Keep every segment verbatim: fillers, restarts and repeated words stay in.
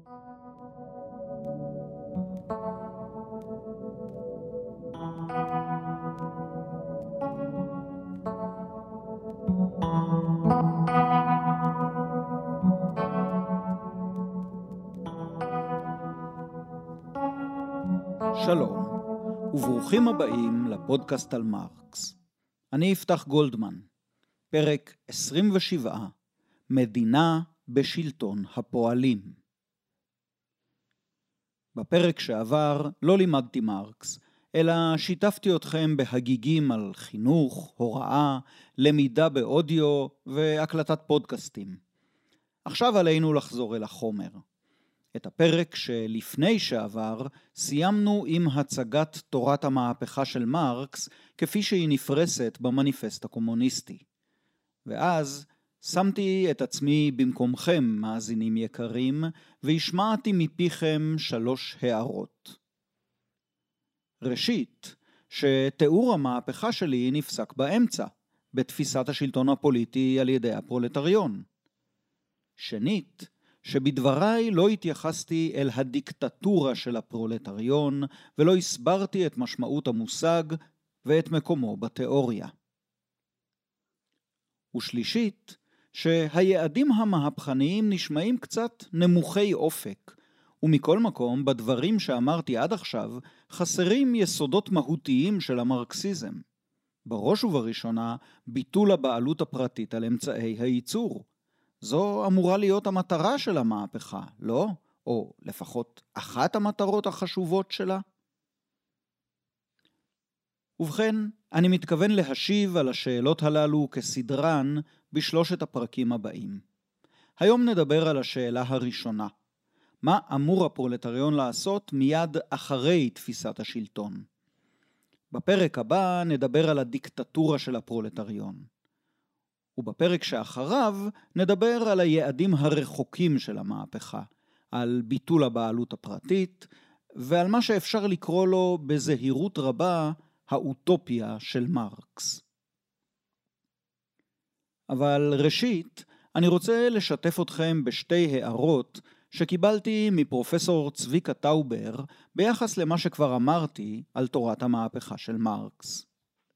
שלום, וברוכים הבאים לפודקאסט על מרקס. אני יפתח גולדמן, פרק עשרים ושבע, מדינה בשלטון הפועלים. בפרק שעבר לא לימדתי מרקס, אלא שיתפתי אתכם בהגיגים על חינוך, הוראה, למידה באודיו והקלטת פודקאסטים. עכשיו עלינו לחזור אל החומר. את הפרק שלפני שעבר סיימנו עם הצגת תורת המהפכה של מרקס כפי שהיא נפרסת במניפסט הקומוניסטי. ואז שמתי את עצמי במקומכם, מאזינים יקרים, והשמעתי מפיכם שלוש הערות. ראשית, שתיאור המהפכה שלי נפסק באמצע, בתפיסת השלטון הפוליטי על ידי הפרולטריון. שנית, שבדבריי לא התייחסתי אל הדיקטטורה של הפרולטריון ולא הסברתי את משמעות המושג ואת מקומו בתיאוריה. ושלישית, שהיעדים המהפכניים נשמעים קצת נמוכי אופק, ומכל מקום בדברים שאמרתי עד עכשיו חסרים יסודות מהותיים של המרקסיזם. בראש ובראשונה ביטול הבעלות הפרטית על אמצעי הייצור. זו אמורה להיות המטרה של המהפכה, לא? או לפחות אחת המטרות החשובות שלה? ובכן, אני מתכוון להשיב על השאלות הללו כסדרן בשלושת הפרקים הבאים. היום נדבר על השאלה הראשונה. מה אמור הפרולטריון לעשות מיד אחרי תפיסת השלטון? בפרק הבא נדבר על הדיקטטורה של הפרולטריון. ובפרק שאחריו נדבר על היעדים הרחוקים של המהפכה, על ביטול הבעלות הפרטית, ועל מה שאפשר לקרוא לו בזהירות רבה האוטופיה של מרקס. אבל ראשית, אני רוצה לשתף אתכם בשתי הערות שקיבלתי מפרופסור צביקה טאובר ביחס למה שכבר אמרתי על תורת המהפכה של מרקס.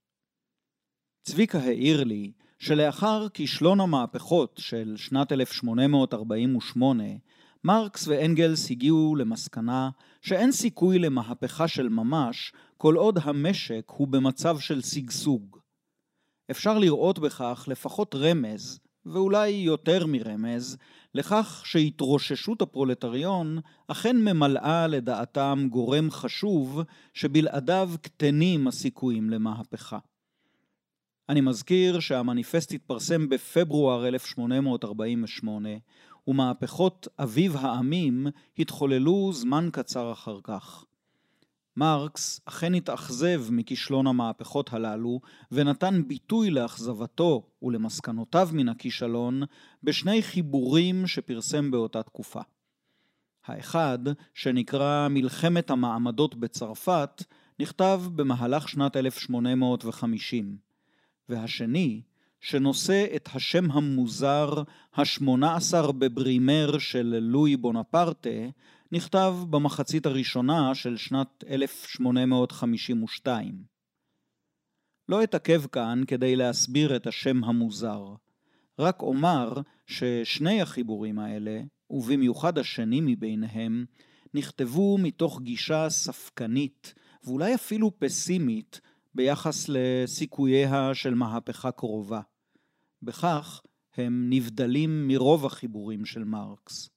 צביקה העיר לי שלאחר כישלון המהפכות של שנת אלף שמונה מאות ארבעים ושמונה, מרקס ואנגלס הגיעו למסקנה שאין סיכוי למהפכה של ממש כל עוד המשק הוא במצב של סגסוג. אפשר לראות בכך לפחות רמז, ואולי יותר מרמז, לכך שהתרוששות הפרולטריון אכן ממלאה לדעתם גורם חשוב שבלעדיו קטנים הסיכויים למהפכה. אני מזכיר שהמניפסט התפרסם בפברואר אלף שמונה מאות ארבעים ושמונה, ומהפכות אביב העמים התחוללו זמן קצר אחר כך. מרקס אכן התאכזב מכישלון המהפכות הללו, ונתן ביטוי לאכזבתו ולמסקנותיו מן הכישלון בשני חיבורים שפרסם באותה תקופה. האחד, שנקרא מלחמת המעמדות בצרפת, נכתב במהלך שנת אלף שמונה מאות וחמישים. והשני, שנושא את השם המוזר השמונה עשר בברימר של לואי בונפרטה, נכתב במחצית הראשונה של שנת אלף שמונה מאות חמישים ושתיים. לא אתעכב כאן כדי להסביר את השם המוזר. רק אומר ששני החיבורים האלה, ובמיוחד השני מביניהם, נכתבו מתוך גישה ספקנית ואולי אפילו פסימית ביחס לסיכוייה של מהפכה קרובה. בכך הם נבדלים מרוב החיבורים של מרקס.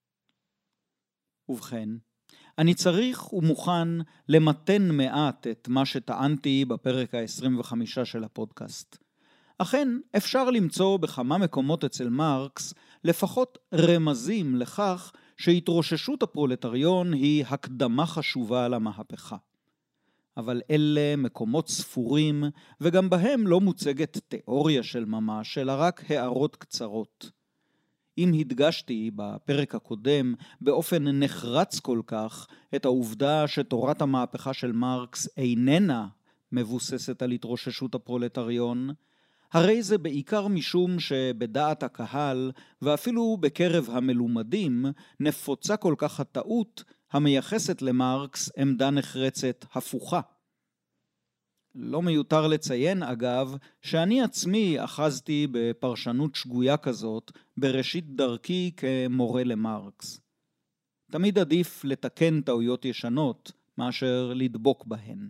ובכן, אני צריך ומוכן למתן מעט את מה שטענתי בפרק ה-עשרים וחמש של הפודקאסט. אכן, אפשר למצוא בכמה מקומות אצל מרקס לפחות רמזים לכך שהתרוששות הפרולטריון היא הקדמה חשובה למהפכה. אבל אלה מקומות ספורים, וגם בהם לא מוצגת תיאוריה של ממש, אלא רק הערות קצרות. אם הדגשתי בפרק הקודם באופן נחרץ כל כך את העובדה שתורת המהפכה של מרקס איננה מבוססת על התרוששות הפרולטריון, הרי זה בעיקר משום שבדעת הקהל, ואפילו בקרב המלומדים, נפוצה כל כך הטעות המייחסת למרקס עמדה נחרצת הפוכה. לא מיותר לציין אגב, שאני עצמי אחזתי בפרשנות שגויה כזאת בראשית דרכי כמורה למרקס. תמיד עדיף לתקן טעויות ישנות מאשר לדבוק בהן.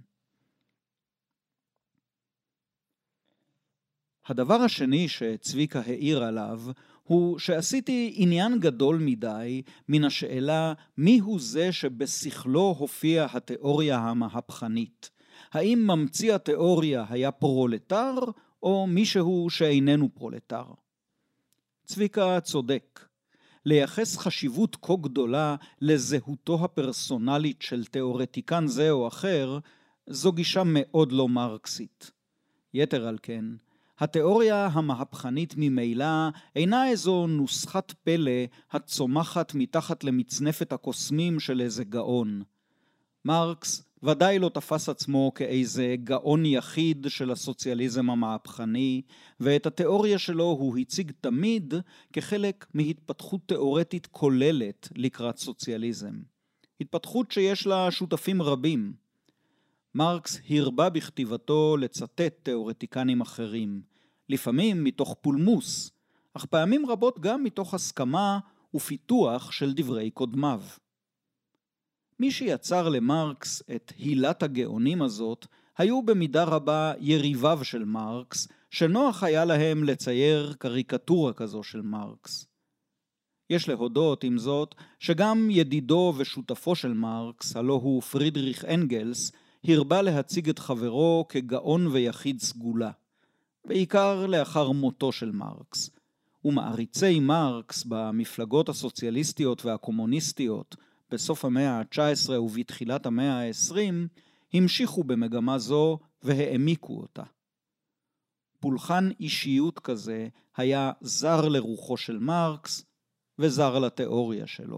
הדבר השני שצביקה העיר עליו הוא שעשיתי עניין גדול מדי מן השאלה מיהו זה שבשכלו הופיע התיאוריה המהפכנית. האם ממציא התיאוריה היה פרולטר או מישהו שאיננו פרולטר? צביקה צודק. לייחס חשיבות כה גדולה לזהותו הפרסונלית של תיאורטיקן זה או אחר, זו גישה מאוד לא מרקסית. יתר על כן, התיאוריה המהפכנית ממילא אינה איזו נוסחת פלא הצומחת מתחת למצנפת הקוסמים של איזה גאון. מרקס ודאי לא תפס עצמו כאיזה גאון יחיד של הסוציאליזם המהפכני, ואת התיאוריה שלו הוא הציג תמיד כחלק מהתפתחות תיאורטית כוללת לקראת סוציאליזם. התפתחות שיש לה שותפים רבים. מרקס הרבה בכתיבתו לצטט תיאורטיקנים אחרים, לפעמים מתוך פולמוס, אך פעמים רבות גם מתוך הסכמה ופיתוח של דברי קודמיו. מי שיצר למרקס את הילת הגאונים הזאת, היו במידה רבה יריביו של מרקס, שנוח היה להם לצייר קריקטורה כזו של מרקס. יש להודות עם זאת, שגם ידידו ושותפו של מרקס, הלא הוא פרידריך אנגלס, הרבה להציג את חברו כגאון ויחיד סגולה, בעיקר לאחר מותו של מרקס. ומעריצי מרקס במפלגות הסוציאליסטיות והקומוניסטיות, בסוף המאה ה-תשע עשרה ובתחילת המאה ה-עשרים, המשיכו במגמה זו והעמיקו אותה. פולחן אישיות כזה היה זר לרוחו של מרקס וזר לתיאוריה שלו.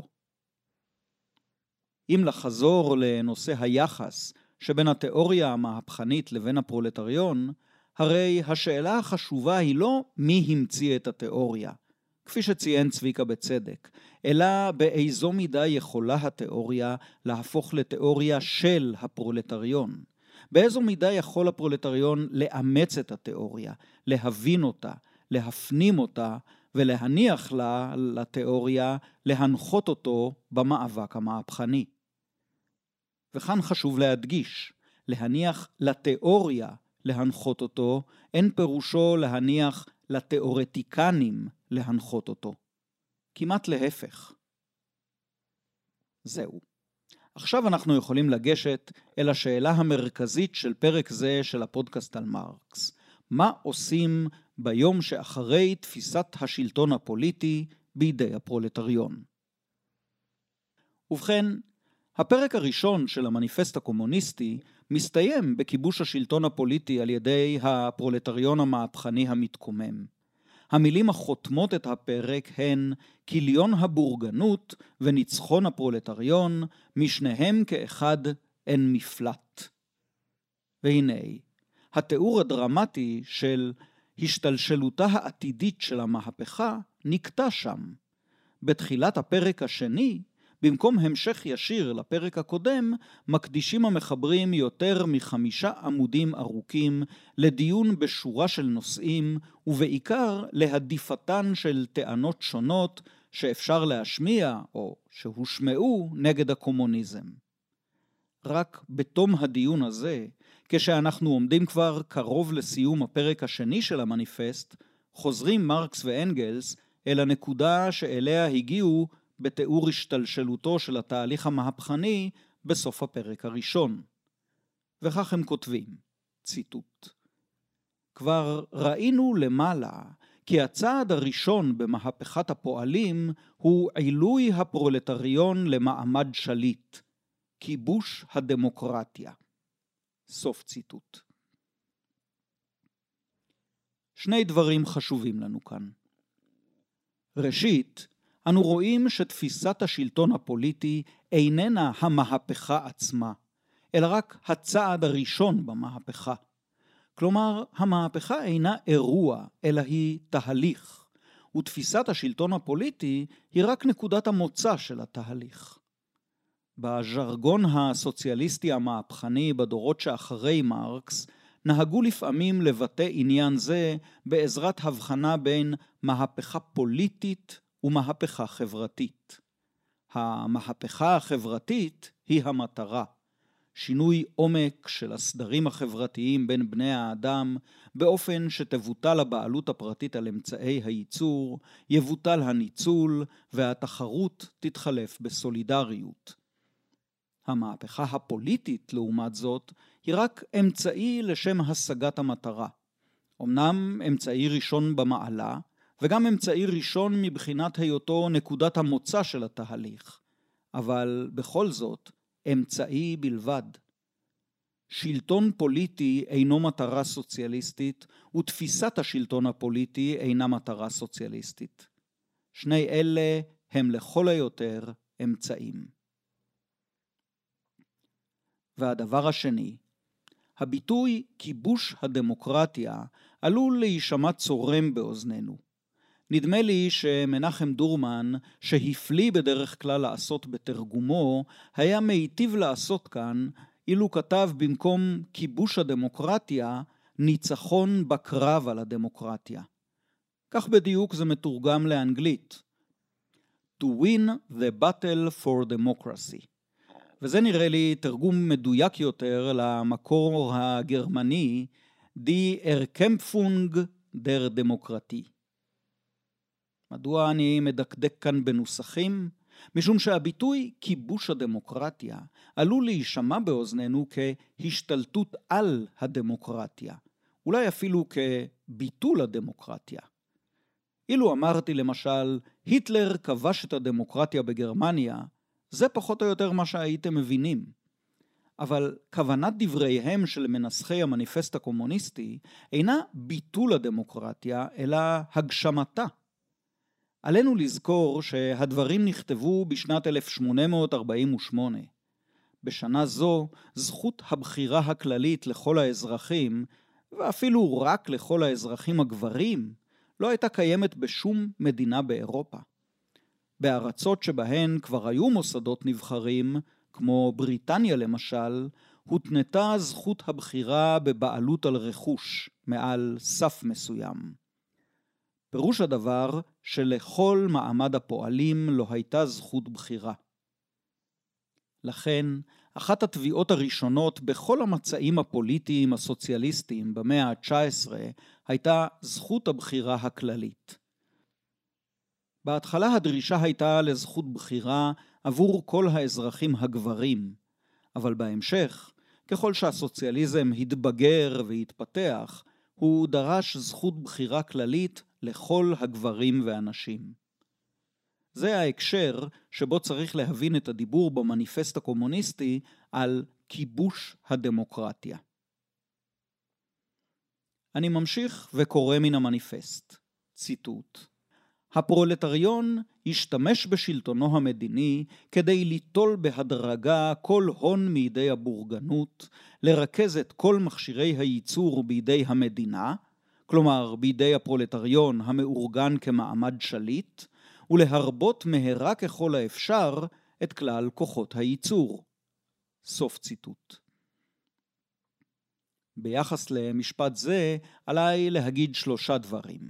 אם לחזור לנושא היחס שבין התיאוריה המהפכנית לבין הפרולטריון, הרי השאלה החשובה היא לא מי המציא את התיאוריה, כפי שציין צביקה בצדק, אלא באיזו מידה יכולה התיאוריה להפוך לתיאוריה של הפרולטריון. באיזו מידה יכול הפרולטריון לאמץ את התיאוריה, להבין אותה, להפנים אותה ולהניח לה, לתיאוריה, להנחות אותו במאבק המהפכני. וכאן חשוב להדגיש, להניח לתיאוריה להנחות אותו, אין פירושו להניח לתיאורטיקנים להנחות אותו. כמעט להפך. זהו. עכשיו אנחנו יכולים לגשת אל השאלה המרכזית של פרק זה של הפודקאסט על מרקס. מה עושים ביום שאחרי תפיסת השלטון הפוליטי בידי הפרולטריון? ובכן, הפרק הראשון של המניפסט הקומוניסטי מסתיים בכיבוש השלטון הפוליטי על ידי הפרולטריון המהפכני המתקומם. המילים החותמות את הפרק הן כיליון הבורגנות וניצחון הפרולטריון, משניהם כאחד אין מפלט. והנה, התיאור הדרמטי של השתלשלותה העתידית של המהפכה נקטע שם. בתחילת הפרק השני, במקום המשך ישיר לפרק הקודם, מקדישים המחברים יותר מחמישה עמודים ארוכים לדיון בשורה של נושאים, ובעיקר להדיפתן של טענות שונות שאפשר להשמיע או שהושמעו נגד הקומוניזם. רק בתום הדיון הזה, כשאנחנו עומדים כבר קרוב לסיום הפרק השני של המניפסט, חוזרים מרקס ואנגלס אל הנקודה שאליה הגיעו בתיאור השתלשלותו של התהליך המהפכני בסוף הפרק הראשון. וכך הם כותבים, ציטוט: כבר ראינו למעלה כי הצעד הראשון במהפכת הפועלים הוא עילוי הפרולטריון למעמד שליט, כיבוש הדמוקרטיה. סוף ציטוט. שני דברים חשובים לנו כאן. ראשית, אנו רואים שתפיסת השלטון הפוליטי איננה המהפכה עצמה, אלא רק הצעד הראשון במהפכה. כלומר, המהפכה אינה אירוע, אלא היא תהליך, ותפיסת השלטון הפוליטי היא רק נקודת המוצא של התהליך. בז'רגון הסוציאליסטי המהפכני בדורות שאחרי מרקס, נהגו לפעמים לבטא עניין זה בעזרת הבחנה בין מהפכה פוליטית ומהפכה חברתית. המהפכה החברתית היא המטרה. שינוי עומק של הסדרים החברתיים בין בני האדם באופן שתבוטל הבעלות הפרטית על אמצעי הייצור, יבוטל הניצול והתחרות תתחלף בסולידריות. המהפכה הפוליטית לעומת זאת היא רק אמצעי לשם השגת המטרה. אמנם אמצעי ראשון במעלה וגם אמצעי ראשון מבחינת היותו נקודת המוצא של התהליך, אבל בכל זאת אמצעי בלבד. שלטון פוליטי אינו מטרה סוציאליסטית, ותפיסת השלטון הפוליטי אינה מטרה סוציאליסטית. שני אלה הם לכל היותר אמצעים. והדבר השני, הביטוי כיבוש הדמוקרטיה עלול להישמע צורם באוזנינו. נדמה לי שמנחם דורמן, שהפליא בדרך כלל לעשות בתרגומו, היה מיטיב לעשות כאן, אילו כתב במקום כיבוש הדמוקרטיה, ניצחון בקרב על הדמוקרטיה. כך בדיוק זה מתורגם לאנגלית. To win the battle for democracy. וזה נראה לי תרגום מדויק יותר למקור הגרמני, Die Erkämpfung der Demokratie. מדוע אני מדקדק כאן בנוסחים? משום שהביטוי כיבוש הדמוקרטיה עלול להישמע באוזנינו כהשתלטות על הדמוקרטיה, אולי אפילו כביטול הדמוקרטיה. אילו אמרתי למשל, היטלר כבש את הדמוקרטיה בגרמניה, זה פחות או יותר מה שהייתם מבינים. אבל כוונת דבריהם של מנסחי המניפסט הקומוניסטי אינה ביטול הדמוקרטיה, אלא הגשמתה. עלינו לזכור שהדברים נכתבו בשנת אלף שמונה מאות ארבעים ושמונה. בשנה זו, זכות הבחירה הכללית לכל האזרחים, ואפילו רק לכל האזרחים הגברים, לא הייתה קיימת בשום מדינה באירופה. בארצות שבהן כבר היו מוסדות נבחרים, כמו בריטניה למשל, הותנתה זכות הבחירה בבעלות על רכוש, מעל סף מסוים. פירוש הדבר שלכל מעמד הפועלים לא הייתה זכות בחירה. לכן, אחת התביעות הראשונות בכל המצעים הפוליטיים הסוציאליסטיים במאה ה-תשע עשרה הייתה זכות הבחירה הכללית. בהתחלה הדרישה הייתה לזכות בחירה עבור כל האזרחים הגברים, אבל בהמשך, ככל שהסוציאליזם התבגר והתפתח, הוא דרש זכות בחירה כללית לכל הגברים והנשים. זה ההקשר שבו צריך להבין את הדיבור במניפסט הקומוניסטי על כיבוש הדמוקרטיה. אני ממשיך וקורא מן המניפסט. ציטוט: הפרולטריון השתמש בשלטונו המדיני כדי ליטול בהדרגה כל הון מידי הבורגנות, לרכז את כל מכשירי הייצור בידי המדינה, כלומר בידי הפרולטריון המאורגן כמעמד שליט, ולהרבות מהרה ככל האפשר את כלל כוחות הייצור. סוף ציטוט. ביחס למשפט זה עליי להגיד שלושה דברים.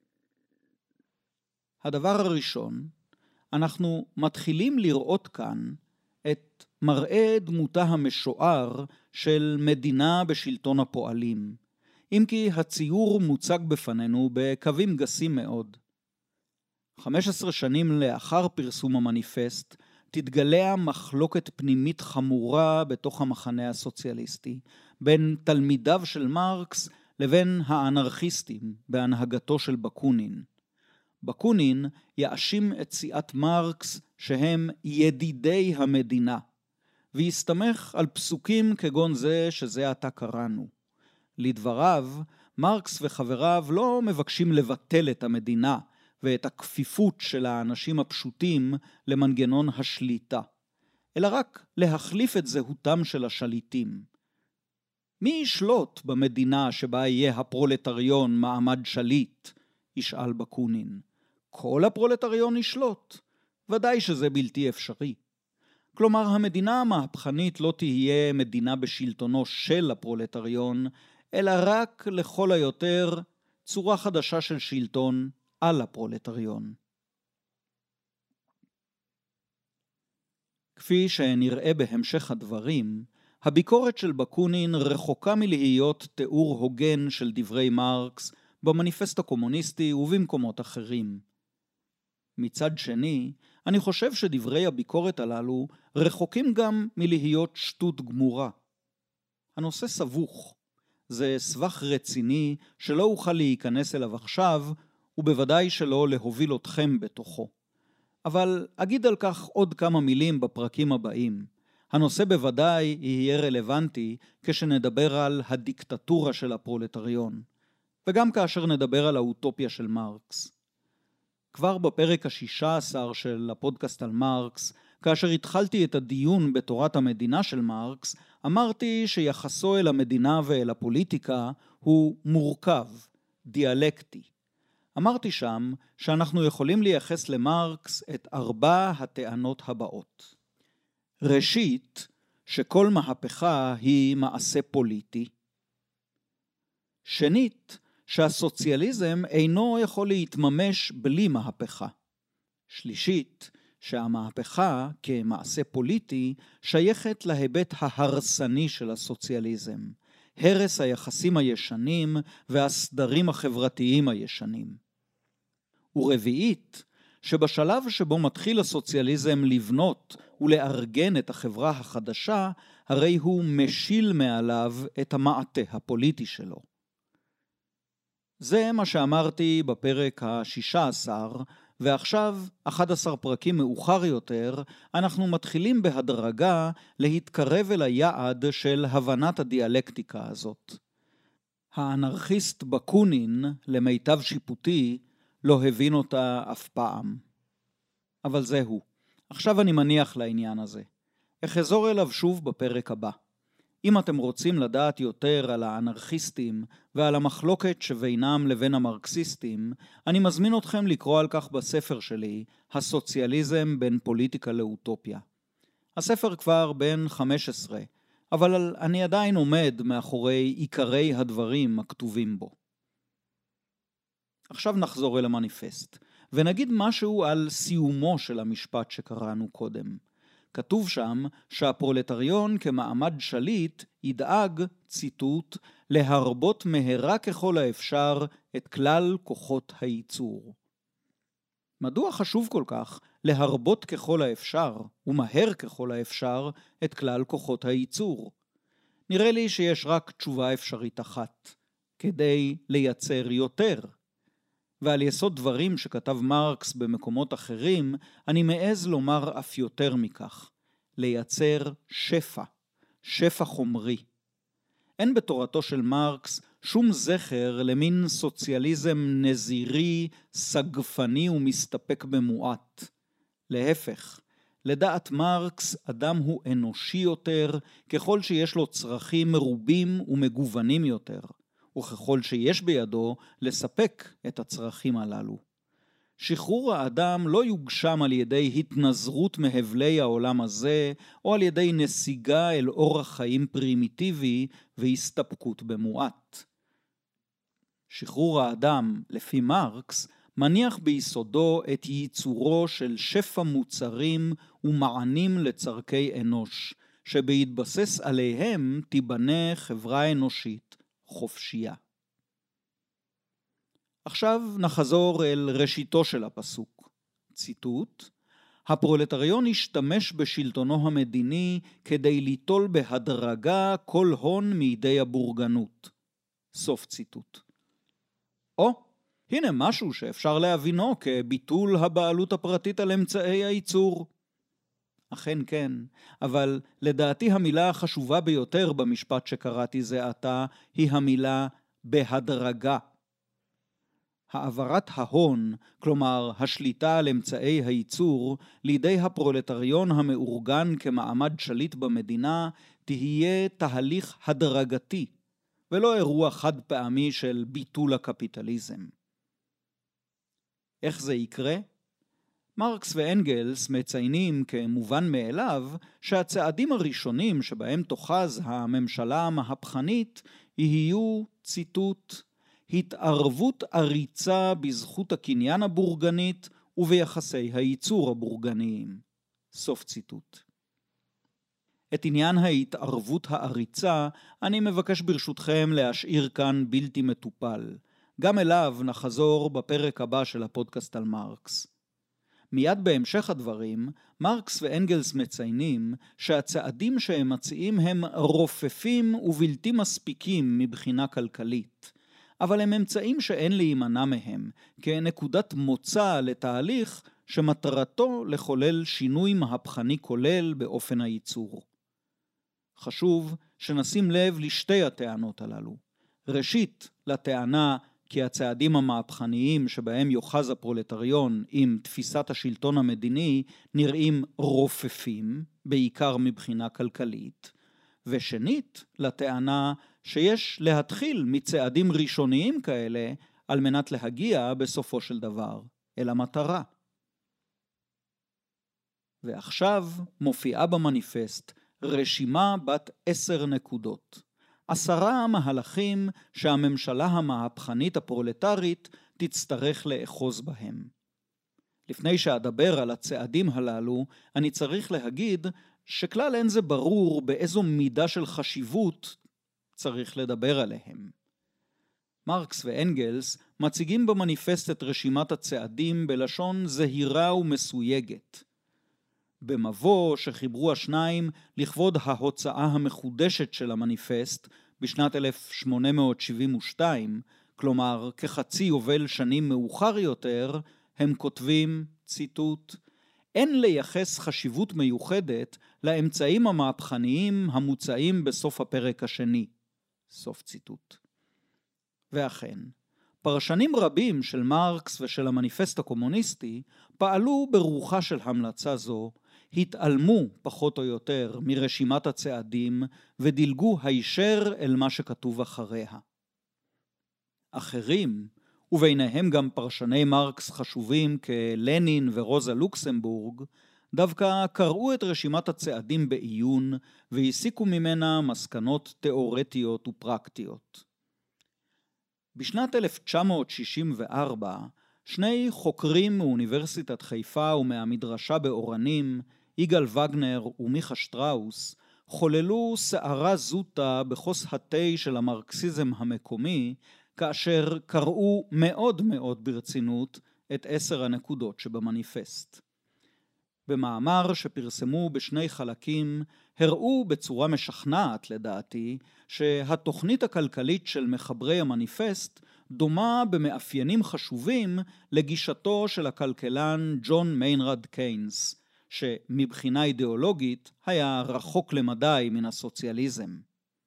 הדבר הראשון, אנחנו מתחילים לראות כאן את מראה דמותה המשוער של מדינה בשלטון הפועלים, אם כי הציור מוצג בפנינו בקווים גסים מאוד. חמש עשרה שנים לאחר פרסום המניפסט, תתגלה מחלוקת פנימית חמורה בתוך המחנה הסוציאליסטי, בין תלמידיו של מרקס לבין האנרכיסטים בהנהגתו של בקונין. בקונין יאשים את סיעת מרקס שהם ידידי המדינה, ויסתמך על פסוקים כגון זה שזה עתה קראנו. לדבריו, מרקס וחבריו לא מבקשים לבטל את המדינה ואת הכפיפות של האנשים הפשוטים למנגנון השליטה, אלא רק להחליף את זהותם של השליטים. מי ישלוט במדינה שבה יהיה הפרולטריון מעמד שליט? ישאל בקונין. כל הפרולטריון ישלוט? ודאי שזה בלתי אפשרי. כלומר, המדינה המהפכנית לא תהיה מדינה בשלטונו של הפרולטריון, אלא רק לכל היותר צורה חדשה של שלטון על הפרולטריון. כפי שנראה בהמשך הדברים, הביקורת של בקונין רחוקה מלהיות תיאור הוגן של דברי מרקס במניפסט הקומוניסטי ובמקומות אחרים. מצד שני, אני חושב שדברי הביקורת הללו רחוקים גם מלהיות שטות גמורה. הנושא סבוך. זה סבך רציני שלא אוכל להיכנס אליו עכשיו, ובוודאי שלא להוביל אתכם בתוכו. אבל אגיד על כך עוד כמה מילים בפרקים הבאים. הנושא בוודאי יהיה רלוונטי כשנדבר על הדיקטטורה של הפרולטריון, וגם כאשר נדבר על האוטופיה של מרקס. כבר בפרק השישה עשר של הפודקאסט על מרקס, כאשר התחלתי את הדיון בתורת המדינה של מרקס, אמרתי שיחסו אל המדינה ואל הפוליטיקה הוא מורכב, דיאלקטי. אמרתי שם שאנחנו יכולים לייחס למרקס את ארבע הטענות הבאות. ראשית, שכל מהפכה היא מעשה פוליטי. שנית, שהסוציאליזם אינו יכול להתממש בלי מהפכה. שלישית, שהמהפכה כמעשה פוליטי שייכת להיבט ההרסני של הסוציאליזם, הרס היחסים הישנים והסדרים החברתיים הישנים. ורביעית, שבשלב שבו מתחיל הסוציאליזם לבנות ולארגן את החברה החדשה, הרי הוא משיל מעליו את המעטה הפוליטי שלו. זה מה שאמרתי בפרק ה-שישה עשר, ועכשיו, אחד עשר פרקים מאוחר יותר, אנחנו מתחילים בהדרגה להתקרב אל היעד של הבנת הדיאלקטיקה הזאת. האנרכיסט בקונין, למיטב שיפוטי, לא הבין אותה אף פעם. אבל זהו. עכשיו אני מניח לעניין הזה. אחזור אליו שוב בפרק הבא. אם אתם רוצים לדעת יותר על האנרכיסטים ועל המחלוקת שבינם לבין המרקסיסטים, אני מזמין אתכם לקרוא על כך בספר שלי, הסוציאליזם בין פוליטיקה לאוטופיה. הספר כבר בן חמש עשרה, אבל אני עדיין עומד מאחורי עיקרי הדברים הכתובים בו. עכשיו נחזור אל המניפסט, ונגיד משהו על סיומו של המשפט שקראנו קודם. כתוב שם שהפרולטריון כמעמד שליט ידאג, ציטוט, להרבות מהרה ככל האפשר את כלל כוחות הייצור. מדוע חשוב כל כך להרבות ככל האפשר ומהר ככל האפשר את כלל כוחות הייצור? נראה לי שיש רק תשובה אפשרית אחת, כדי לייצר יותר. ועל יסוד דברים שכתב מרקס במקומות אחרים, אני מעז לומר אף יותר מכך, לייצר שפע, שפע חומרי. אין בתורתו של מרקס שום זכר למין סוציאליזם נזירי, סגפני ומסתפק במועט. להפך, לדעת מרקס אדם הוא אנושי יותר, ככל שיש לו צרכים מרובים ומגוונים יותר. וככל שיש בידו לספק את הצרכים הללו. שחרור האדם לא יוגשם על ידי התנזרות מהבלי העולם הזה, או על ידי נסיגה אל אורח חיים פרימיטיבי והסתפקות במועט. שחרור האדם, לפי מרקס, מניח ביסודו את ייצורו של שפע מוצרים ומענים לצרכי אנוש, שבהתבסס עליהם תיבנה חברה אנושית חופשייה. עכשיו נחזור אל ראשיתו של הפסוק. ציטוט: הפרולטריון השתמש בשלטונו המדיני כדי ליטול בהדרגה כל הון מידי הבורגנות. סוף ציטוט. או, הנה משהו שאפשר להבינו כביטול הבעלות הפרטית על אמצעי הייצור. אכן כן, אבל לדעתי המילה החשובה ביותר במשפט שקראתי זה עתה היא המילה בהדרגה. העברת ההון, כלומר השליטה על אמצעי הייצור, לידי הפרולטריון המאורגן כמעמד שליט במדינה, תהיה תהליך הדרגתי, ולא אירוע חד פעמי של ביטול הקפיטליזם. איך זה יקרה? מרקס ואנגלס מציינים כמובן מאליו שהצעדים הראשונים שבהם תוחז הממשלה המהפכנית יהיו, ציטוט, התערבות עריצה בזכות הקניין הבורגנית וביחסי הייצור הבורגניים. סוף ציטוט. את עניין ההתערבות העריצה אני מבקש ברשותכם להשאיר כאן בלתי מטופל. גם אליו נחזור בפרק הבא של הפודקאסט על מרקס. מיד בהמשך הדברים, מרקס ואנגלס מציינים שהצעדים שהם מציעים הם רופפים ובלתי מספיקים מבחינה כלכלית, אבל הם אמצעים שאין להימנע מהם, כנקודת מוצא לתהליך שמטרתו לחולל שינוי מהפכני כולל באופן הייצור. חשוב שנשים לב לשתי הטענות הללו. ראשית, לטענה כי הצעדים המהפכניים שבהם יוחז הפרולטריון עם תפיסת השלטון המדיני נראים רופפים, בעיקר מבחינה כלכלית. ושנית, לטענה שיש להתחיל מצעדים ראשוניים כאלה על מנת להגיע בסופו של דבר אל המטרה. ועכשיו מופיעה במניפסט רשימה בת עשר נקודות. עשרה מהלכים שהממשלה המהפכנית הפרולטרית תצטרך לאחוז בהם. לפני שאדבר על הצעדים הללו, אני צריך להגיד שכלל אין זה ברור באיזו מידה של חשיבות צריך לדבר עליהם. מרקס ואנגלס מציגים במניפסט את רשימת הצעדים בלשון זהירה ומסויגת. במבוא שחיברו השניים לכבוד ההוצאה המחודשת של המניפסט בשנת אלף שמונה מאות שבעים ושתיים, כלומר כחצי יובל שנים מאוחר יותר, הם כותבים, ציטוט, אין לייחס חשיבות מיוחדת לאמצעים המהפכניים המוצעים בסוף הפרק השני. סוף ציטוט. ואכן, פרשנים רבים של מרקס ושל המניפסט הקומוניסטי פעלו ברוחה של המלצה זו, התעלמו פחות או יותר מרשימת הצעדים ודילגו הישר אל מה שכתוב אחריה. אחרים, וביניהם גם פרשני מרקס חשובים כלנין ורוזה לוקסמבורג, דווקא קראו את רשימת הצעדים בעיון והסיקו ממנה מסקנות תיאורטיות ופרקטיות. בשנת אלף תשע מאות שישים וארבע, שני חוקרים מאוניברסיטת חיפה ומהמדרשה באורנים, יגאל וגנר ומיכה שטראוס, חוללו סערה זוטה בחוס התה של המרקסיזם המקומי, כאשר קראו מאוד מאוד ברצינות את עשר הנקודות שבמניפסט. במאמר שפרסמו בשני חלקים, הראו בצורה משכנעת לדעתי, שהתוכנית הכלכלית של מחברי המניפסט דומה במאפיינים חשובים לגישתו של הכלכלן ג'ון מיינרד קיינס, שמבחינה אידיאולוגית היה רחוק למדי מן הסוציאליזם.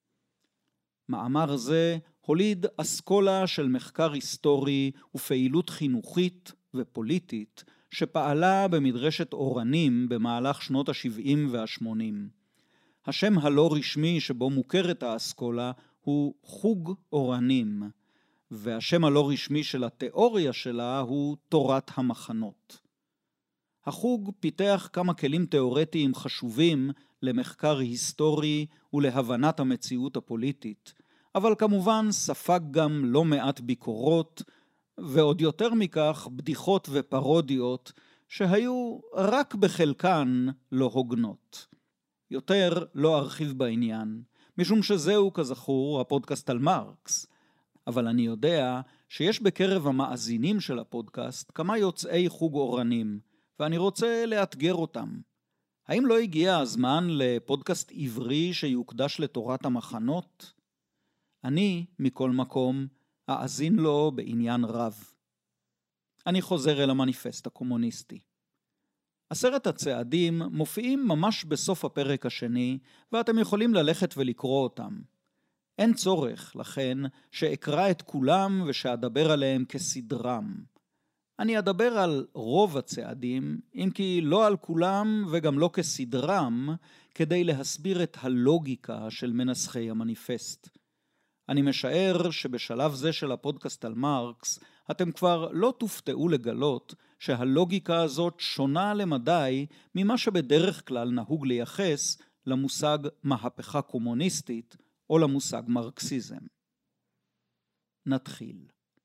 מאמר זה הוליד אסכולה של מחקר היסטורי ופעילות חינוכית ופוליטית שפעלה במדרשת אורנים במהלך שנות ה-שבעים וה-שמונים. השם הלא רשמי שבו מוכרת האסכולה הוא חוג אורנים, והשם הלא רשמי של התיאוריה שלה הוא תורת המחנות. החוג פיתח כמה כלים תיאורטיים חשובים למחקר היסטורי ולהבנת המציאות הפוליטית, אבל כמובן ספג גם לא מעט ביקורות, ועוד יותר מכך בדיחות ופרודיות שהיו רק בחלקן לא הוגנות. יותר לא ארחיב בעניין, משום שזהו כזכור הפודקאסט על מרקס, אבל אני יודע שיש בקרב המאזינים של הפודקאסט כמה יוצאי חוג אורנים, ואני רוצה לאתגר אותם. האם לא הגיע הזמן לפודקאסט עברי שיוקדש לתורת המחנות? אני, מכל מקום, אאזין לו בעניין רב. אני חוזר אל המניפסט הקומוניסטי. עשרת הצעדים מופיעים ממש בסוף הפרק השני, ואתם יכולים ללכת ולקרוא אותם. אין צורך, לכן, שאקרא את כולם ושאדבר עליהם כסדרם. אני אדבר על רוב הצעדים, אם כי לא על כולם וגם לא כסדרם, כדי להסביר את הלוגיקה של מנסחי המניפסט. אני משער שבשלב זה של הפודקאסט על מרקס, אתם כבר לא תופתעו לגלות שהלוגיקה הזאת שונה למדי ממה שבדרך כלל נהוג לייחס למושג מהפכה קומוניסטית או למושג מרקסיזם. נתחיל.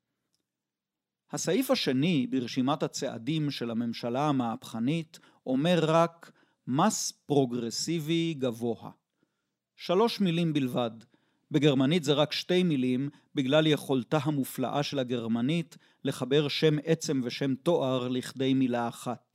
הסעיף השני ברשימת הצעדים של הממשלה המהפכנית אומר רק מס פרוגרסיבי גבוה. שלוש מילים בלבד. בגרמנית זה רק שתי מילים בגלל יכולתה המופלאה של הגרמנית לחבר שם עצם ושם תואר לכדי מילה אחת.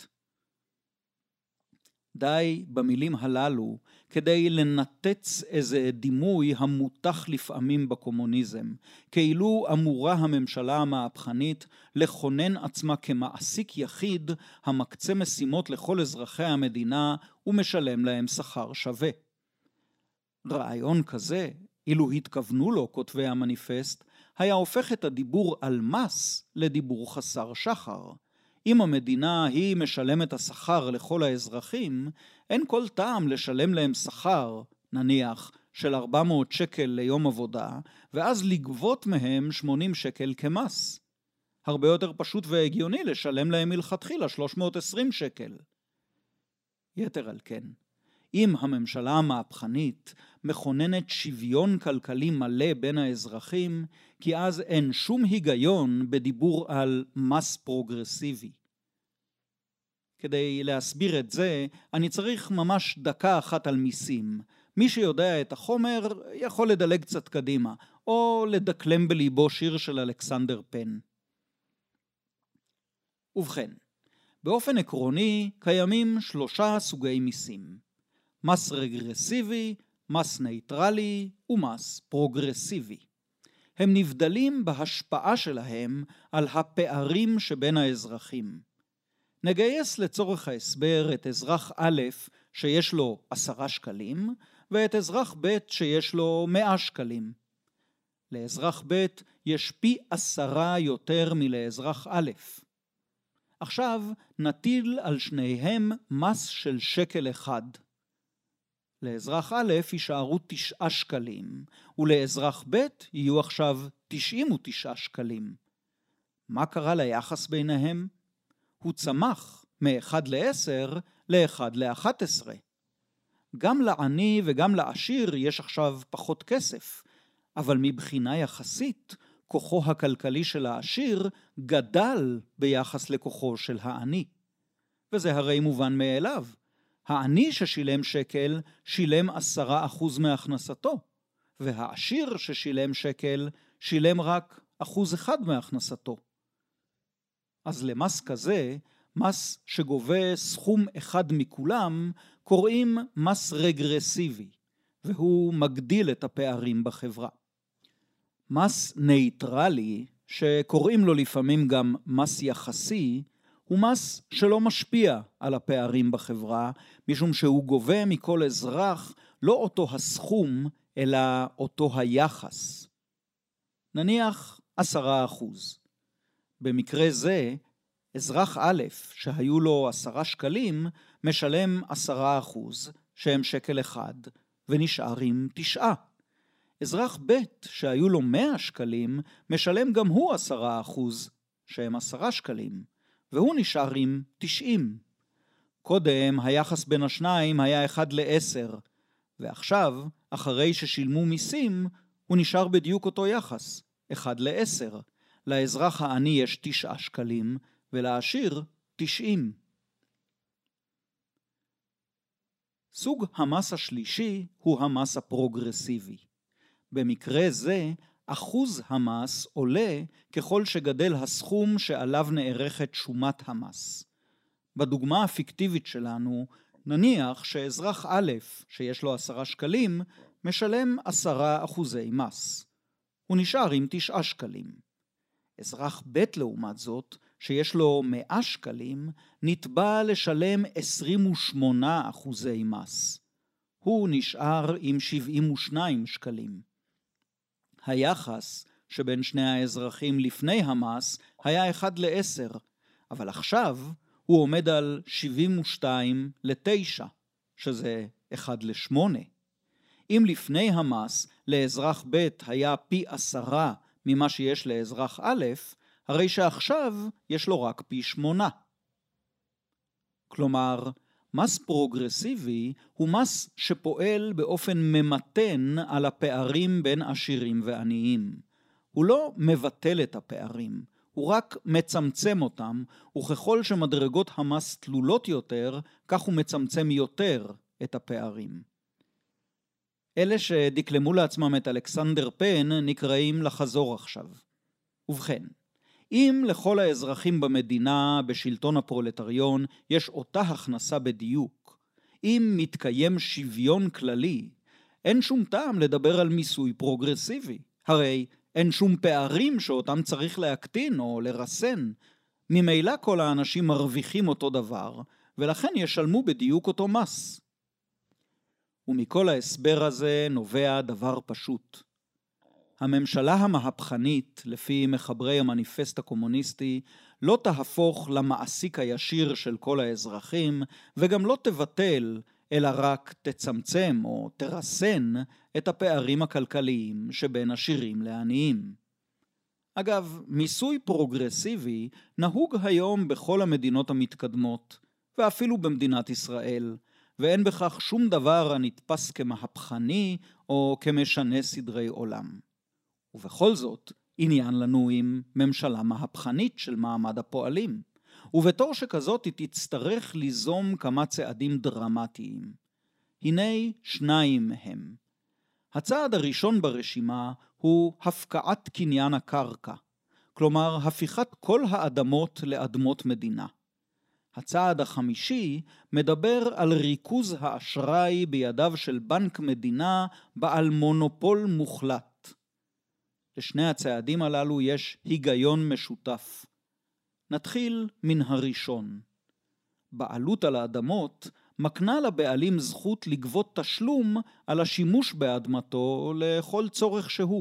די במילים הללו כדי לנתץ איזה דימוי המותח לפעמים בקומוניזם, כאילו אמורה הממשלה המהפכנית לכונן עצמה כמעסיק יחיד המקצה משימות לכל אזרחי המדינה ומשלם להם שכר שווה. רעיון כזה, אילו התכוונו לו כותבי המניפסט, היה הופך את הדיבור על מס לדיבור חסר שחר. אם המדינה היא משלמת השכר לכל האזרחים, אין כל טעם לשלם להם שכר, נניח, של ארבע מאות שקל ליום עבודה, ואז לגבות מהם שמונים שקל כמס. הרבה יותר פשוט והגיוני לשלם להם מלכתחילה שלוש מאות ועשרים שקל. יתר על כן, אם הממשלה המהפכנית מכוננת שוויון כלכלי מלא בין האזרחים, כי אז אין שום היגיון בדיבור על מס פרוגרסיבי. כדי להסביר את זה, אני צריך ממש דקה אחת על מיסים. מי שיודע את החומר יכול לדלג קצת קדימה, או לדקלם בליבו שיר של אלכסנדר פן. ובכן, באופן עקרוני קיימים שלושה סוגי מיסים. מס רגרסיבי, מס נייטרלי ומס פרוגרסיבי. הם נבדלים בהשפעה שלהם על הפערים שבין האזרחים. נגייס לצורך ההסבר את אזרח א' שיש לו עשרה שקלים, ואת אזרח ב' שיש לו מאה שקלים. לאזרח ב' יש פי עשרה יותר מלאזרח א'. עכשיו נטיל על שניהם מס של שקל אחד. לאזרח א' יישארו תשעה שקלים, ולאזרח ב' יהיו עכשיו תשעים ותשעה שקלים. מה קרה ליחס ביניהם? הוא צמח מ-אחד לעשר ל-אחד לאחת עשרה. גם לעני וגם לעשיר יש עכשיו פחות כסף, אבל מבחינה יחסית, כוחו הכלכלי של העשיר גדל ביחס לכוחו של העני. וזה הרי מובן מאליו. העני ששילם שקל שילם עשרה אחוז מהכנסתו, והעשיר ששילם שקל שילם רק אחוז אחד מהכנסתו. אז למס כזה, מס שגובה סכום אחד מכולם, קוראים מס רגרסיבי, והוא מגדיל את הפערים בחברה. מס נייטרלי, שקוראים לו לפעמים גם מס יחסי, הוא מס שלא משפיע על הפערים בחברה, משום שהוא גובה מכל אזרח לא אותו הסכום, אלא אותו היחס. נניח עשרה אחוז. במקרה זה, אזרח א' שהיו לו עשרה שקלים, משלם עשרה אחוז, שהם שקל אחד, ונשאר עם תשעה. אזרח ב' שהיו לו מאה שקלים, משלם גם הוא עשרה אחוז, שהם עשרה שקלים, והוא נשאר עם תשעים. קודם היחס בין השניים היה אחד לעשר, ועכשיו, אחרי ששילמו מיסים, הוא נשאר בדיוק אותו יחס, אחד לעשר. לאזרח העני יש תשעה שקלים, ולעשיר תשעים. סוג המס השלישי הוא המס הפרוגרסיבי. במקרה זה, אחוז המס עולה ככל שגדל הסכום שעליו נערכת שומת המס. בדוגמה הפיקטיבית שלנו, נניח שאזרח א' שיש לו עשרה שקלים, משלם עשרה אחוזי מס. הוא נשאר עם תשעה שקלים. אזרח ב' לעומת זאת, שיש לו מאה שקלים, נתבע לשלם עשרים ושמונה אחוזי מס. הוא נשאר עם שבעים ושניים שקלים. היחס שבין שני האזרחים לפני המס היה אחד לעשר, אבל עכשיו הוא עומד על שבעים ושתיים לתשע, שזה אחד לשמונה. אם לפני המס לאזרח ב' היה פי עשרה ממה שיש לאזרח א', הרי שעכשיו יש לו רק פי שמונה. כלומר, מס פרוגרסיבי הוא מס שפועל באופן ממתן על הפערים בין עשירים ועניים. הוא לא מבטל את הפערים, הוא רק מצמצם אותם, וככל שמדרגות המס תלולות יותר, כך הוא מצמצם יותר את הפערים. אלה שדקלמו לעצמם את אלכסנדר פן נקראים לחזור עכשיו. ובכן, אם לכל האזרחים במדינה בשלטון הפרולטריון יש אותה הכנסה בדיוק, אם מתקיים שוויון כללי, אין שום טעם לדבר על מיסוי פרוגרסיבי. הרי אין שום פערים שאותם צריך להקטין או לרסן. ממילא כל האנשים מרוויחים אותו דבר, ולכן ישלמו בדיוק אותו מס. ומכל ההסבר הזה נובע דבר פשוט. הממשלה המהפכנית, לפי מחברי המניפסט הקומוניסטי, לא תהפוך למעסיק הישיר של כל האזרחים, וגם לא תבטל, אלא רק תצמצם או תרסן את הפערים הכלכליים שבין עשירים לעניים. אגב, מיסוי פרוגרסיבי נהוג היום בכל המדינות המתקדמות, ואפילו במדינת ישראל, ואין בכך שום דבר הנתפס כמהפכני או כמשנה סדרי עולם. ובכל זאת, עניין לנו עם ממשלה מהפכנית של מעמד הפועלים, ובתור שכזאת היא תצטרך ליזום כמה צעדים דרמטיים. הנה שניים מהם. הצעד הראשון ברשימה הוא הפקעת קניין הקרקע, כלומר הפיכת כל האדמות לאדמות מדינה. הצעד החמישי מדבר על ריכוז האשראי בידיו של בנק מדינה בעל מונופול מוחלט. לשני הצעדים הללו יש היגיון משותף. נתחיל מן הראשון. בעלות על האדמות מקנה לבעלים זכות לגבות תשלום על השימוש באדמתו לכל צורך שהוא.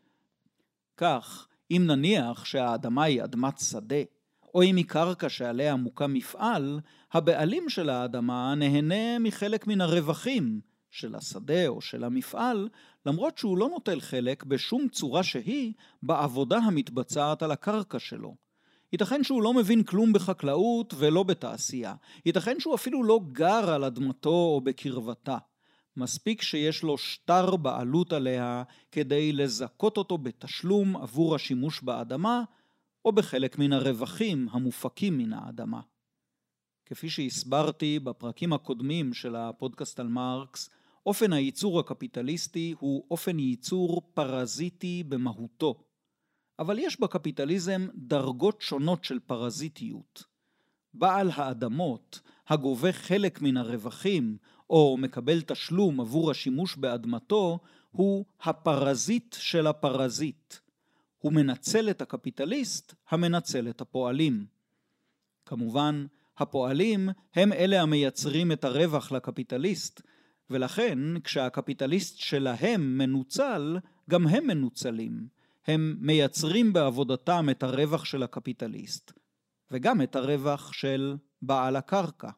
כך, אם נניח שהאדמה היא אדמת שדה, או אם היא קרקע שעליה מוקם מפעל, הבעלים של האדמה נהנה מחלק מן הרווחים של השדה או של המפעל, למרות שהוא לא נוטל חלק בשום צורה שהיא בעבודה המתבצעת על הקרקע שלו. ייתכן שהוא לא מבין כלום בחקלאות ולא בתעשייה. ייתכן שהוא אפילו לא גר על אדמתו או בקרבתה. מספיק שיש לו שטר בעלות עליה כדי לזכות אותו בתשלום עבור השימוש באדמה, או בחלק מן הרווחים המופקים מן האדמה. כפי שהסברתי בפרקים הקודמים של הפודקאסט על מרקס, אופן הייצור הקפיטליסטי הוא אופן ייצור פרזיטי במהותו. אבל יש בקפיטליזם דרגות שונות של פרזיטיות. בעל האדמות, הגובה חלק מן הרווחים, או מקבל תשלום עבור השימוש באדמתו, הוא הפרזיט של הפרזיט. הוא מנצל את הקפיטליסט, המנצל את הפועלים. כמובן, הפועלים הם אלה המייצרים את הרווח לקפיטליסט, ולכן כשהקפיטליסט שלהם מנוצל, גם הם מנוצלים. הם מייצרים בעבודתם את הרווח של הקפיטליסט, וגם את הרווח של בעל הקרקע.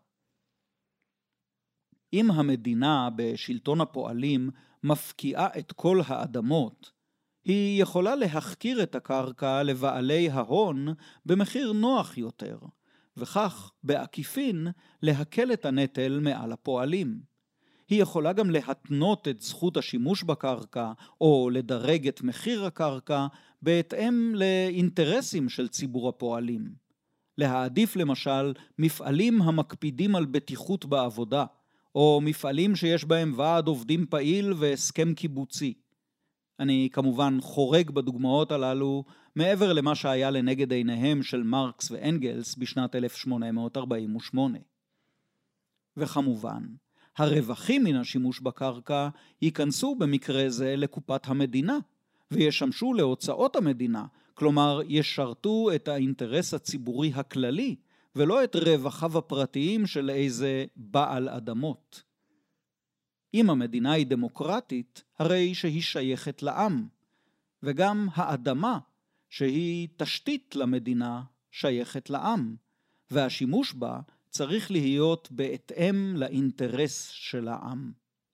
אם המדינה בשלטון הפועלים מפקיעה את כל האדמות, היא יכולה להחכיר את הקרקע לבעלי ההון במחיר נוח יותר, וכך בעקיפין להקל את הנטל מעל הפועלים. היא יכולה גם להתנות את זכות השימוש בקרקע או לדרג את מחיר הקרקע בהתאם לאינטרסים של ציבור הפועלים. להעדיף למשל מפעלים המקפידים על בטיחות בעבודה, או מפעלים שיש בהם ועד עובדים פעיל והסכם קיבוצי. אני כמובן חורג בדוגמאות הללו מעבר למה שהיה לנגד עיניהם של מרקס ואנגלס בשנת אלף שמונה מאות ארבעים ושמונה. וכמובן, הרווחים מן השימוש בקרקע ייכנסו במקרה זה לקופת המדינה, וישמשו להוצאות המדינה, כלומר ישרתו את האינטרס הציבורי הכללי, ולא את רווחיו הפרטיים של איזה בעל אדמות. אם המדינה היא דמוקרטית, הרי שהיא שייכת לעם, וגם האדמה, שהיא תשתית למדינה, שייכת לעם, והשימוש בה צריך להיות בהתאם לאינטרס של העם.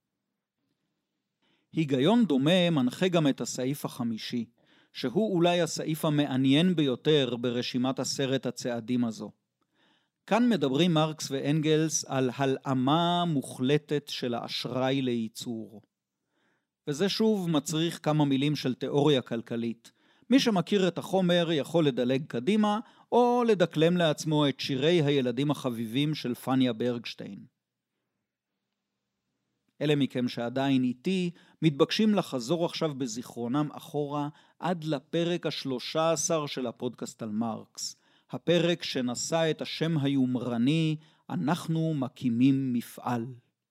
היגיון דומה מנחה גם את הסעיף החמישי, שהוא אולי הסעיף המעניין ביותר ברשימת עשרת הצעדים הזו. כאן מדברים מרקס ואנגלס על הלאמה מוחלטת של האשראי לייצור. וזה שוב מצריך כמה מילים של תיאוריה כלכלית. מי שמכיר את החומר יכול לדלג קדימה, או לדקלם לעצמו את שירי הילדים החביבים של פניה ברגשטיין. אלה מכם שעדיין איתי, מתבקשים לחזור עכשיו בזיכרונם אחורה עד לפרק השלושה עשר של הפודקאסט על מרקס. הפרק שנשא את השם היומרני, אנחנו מקימים מפעל.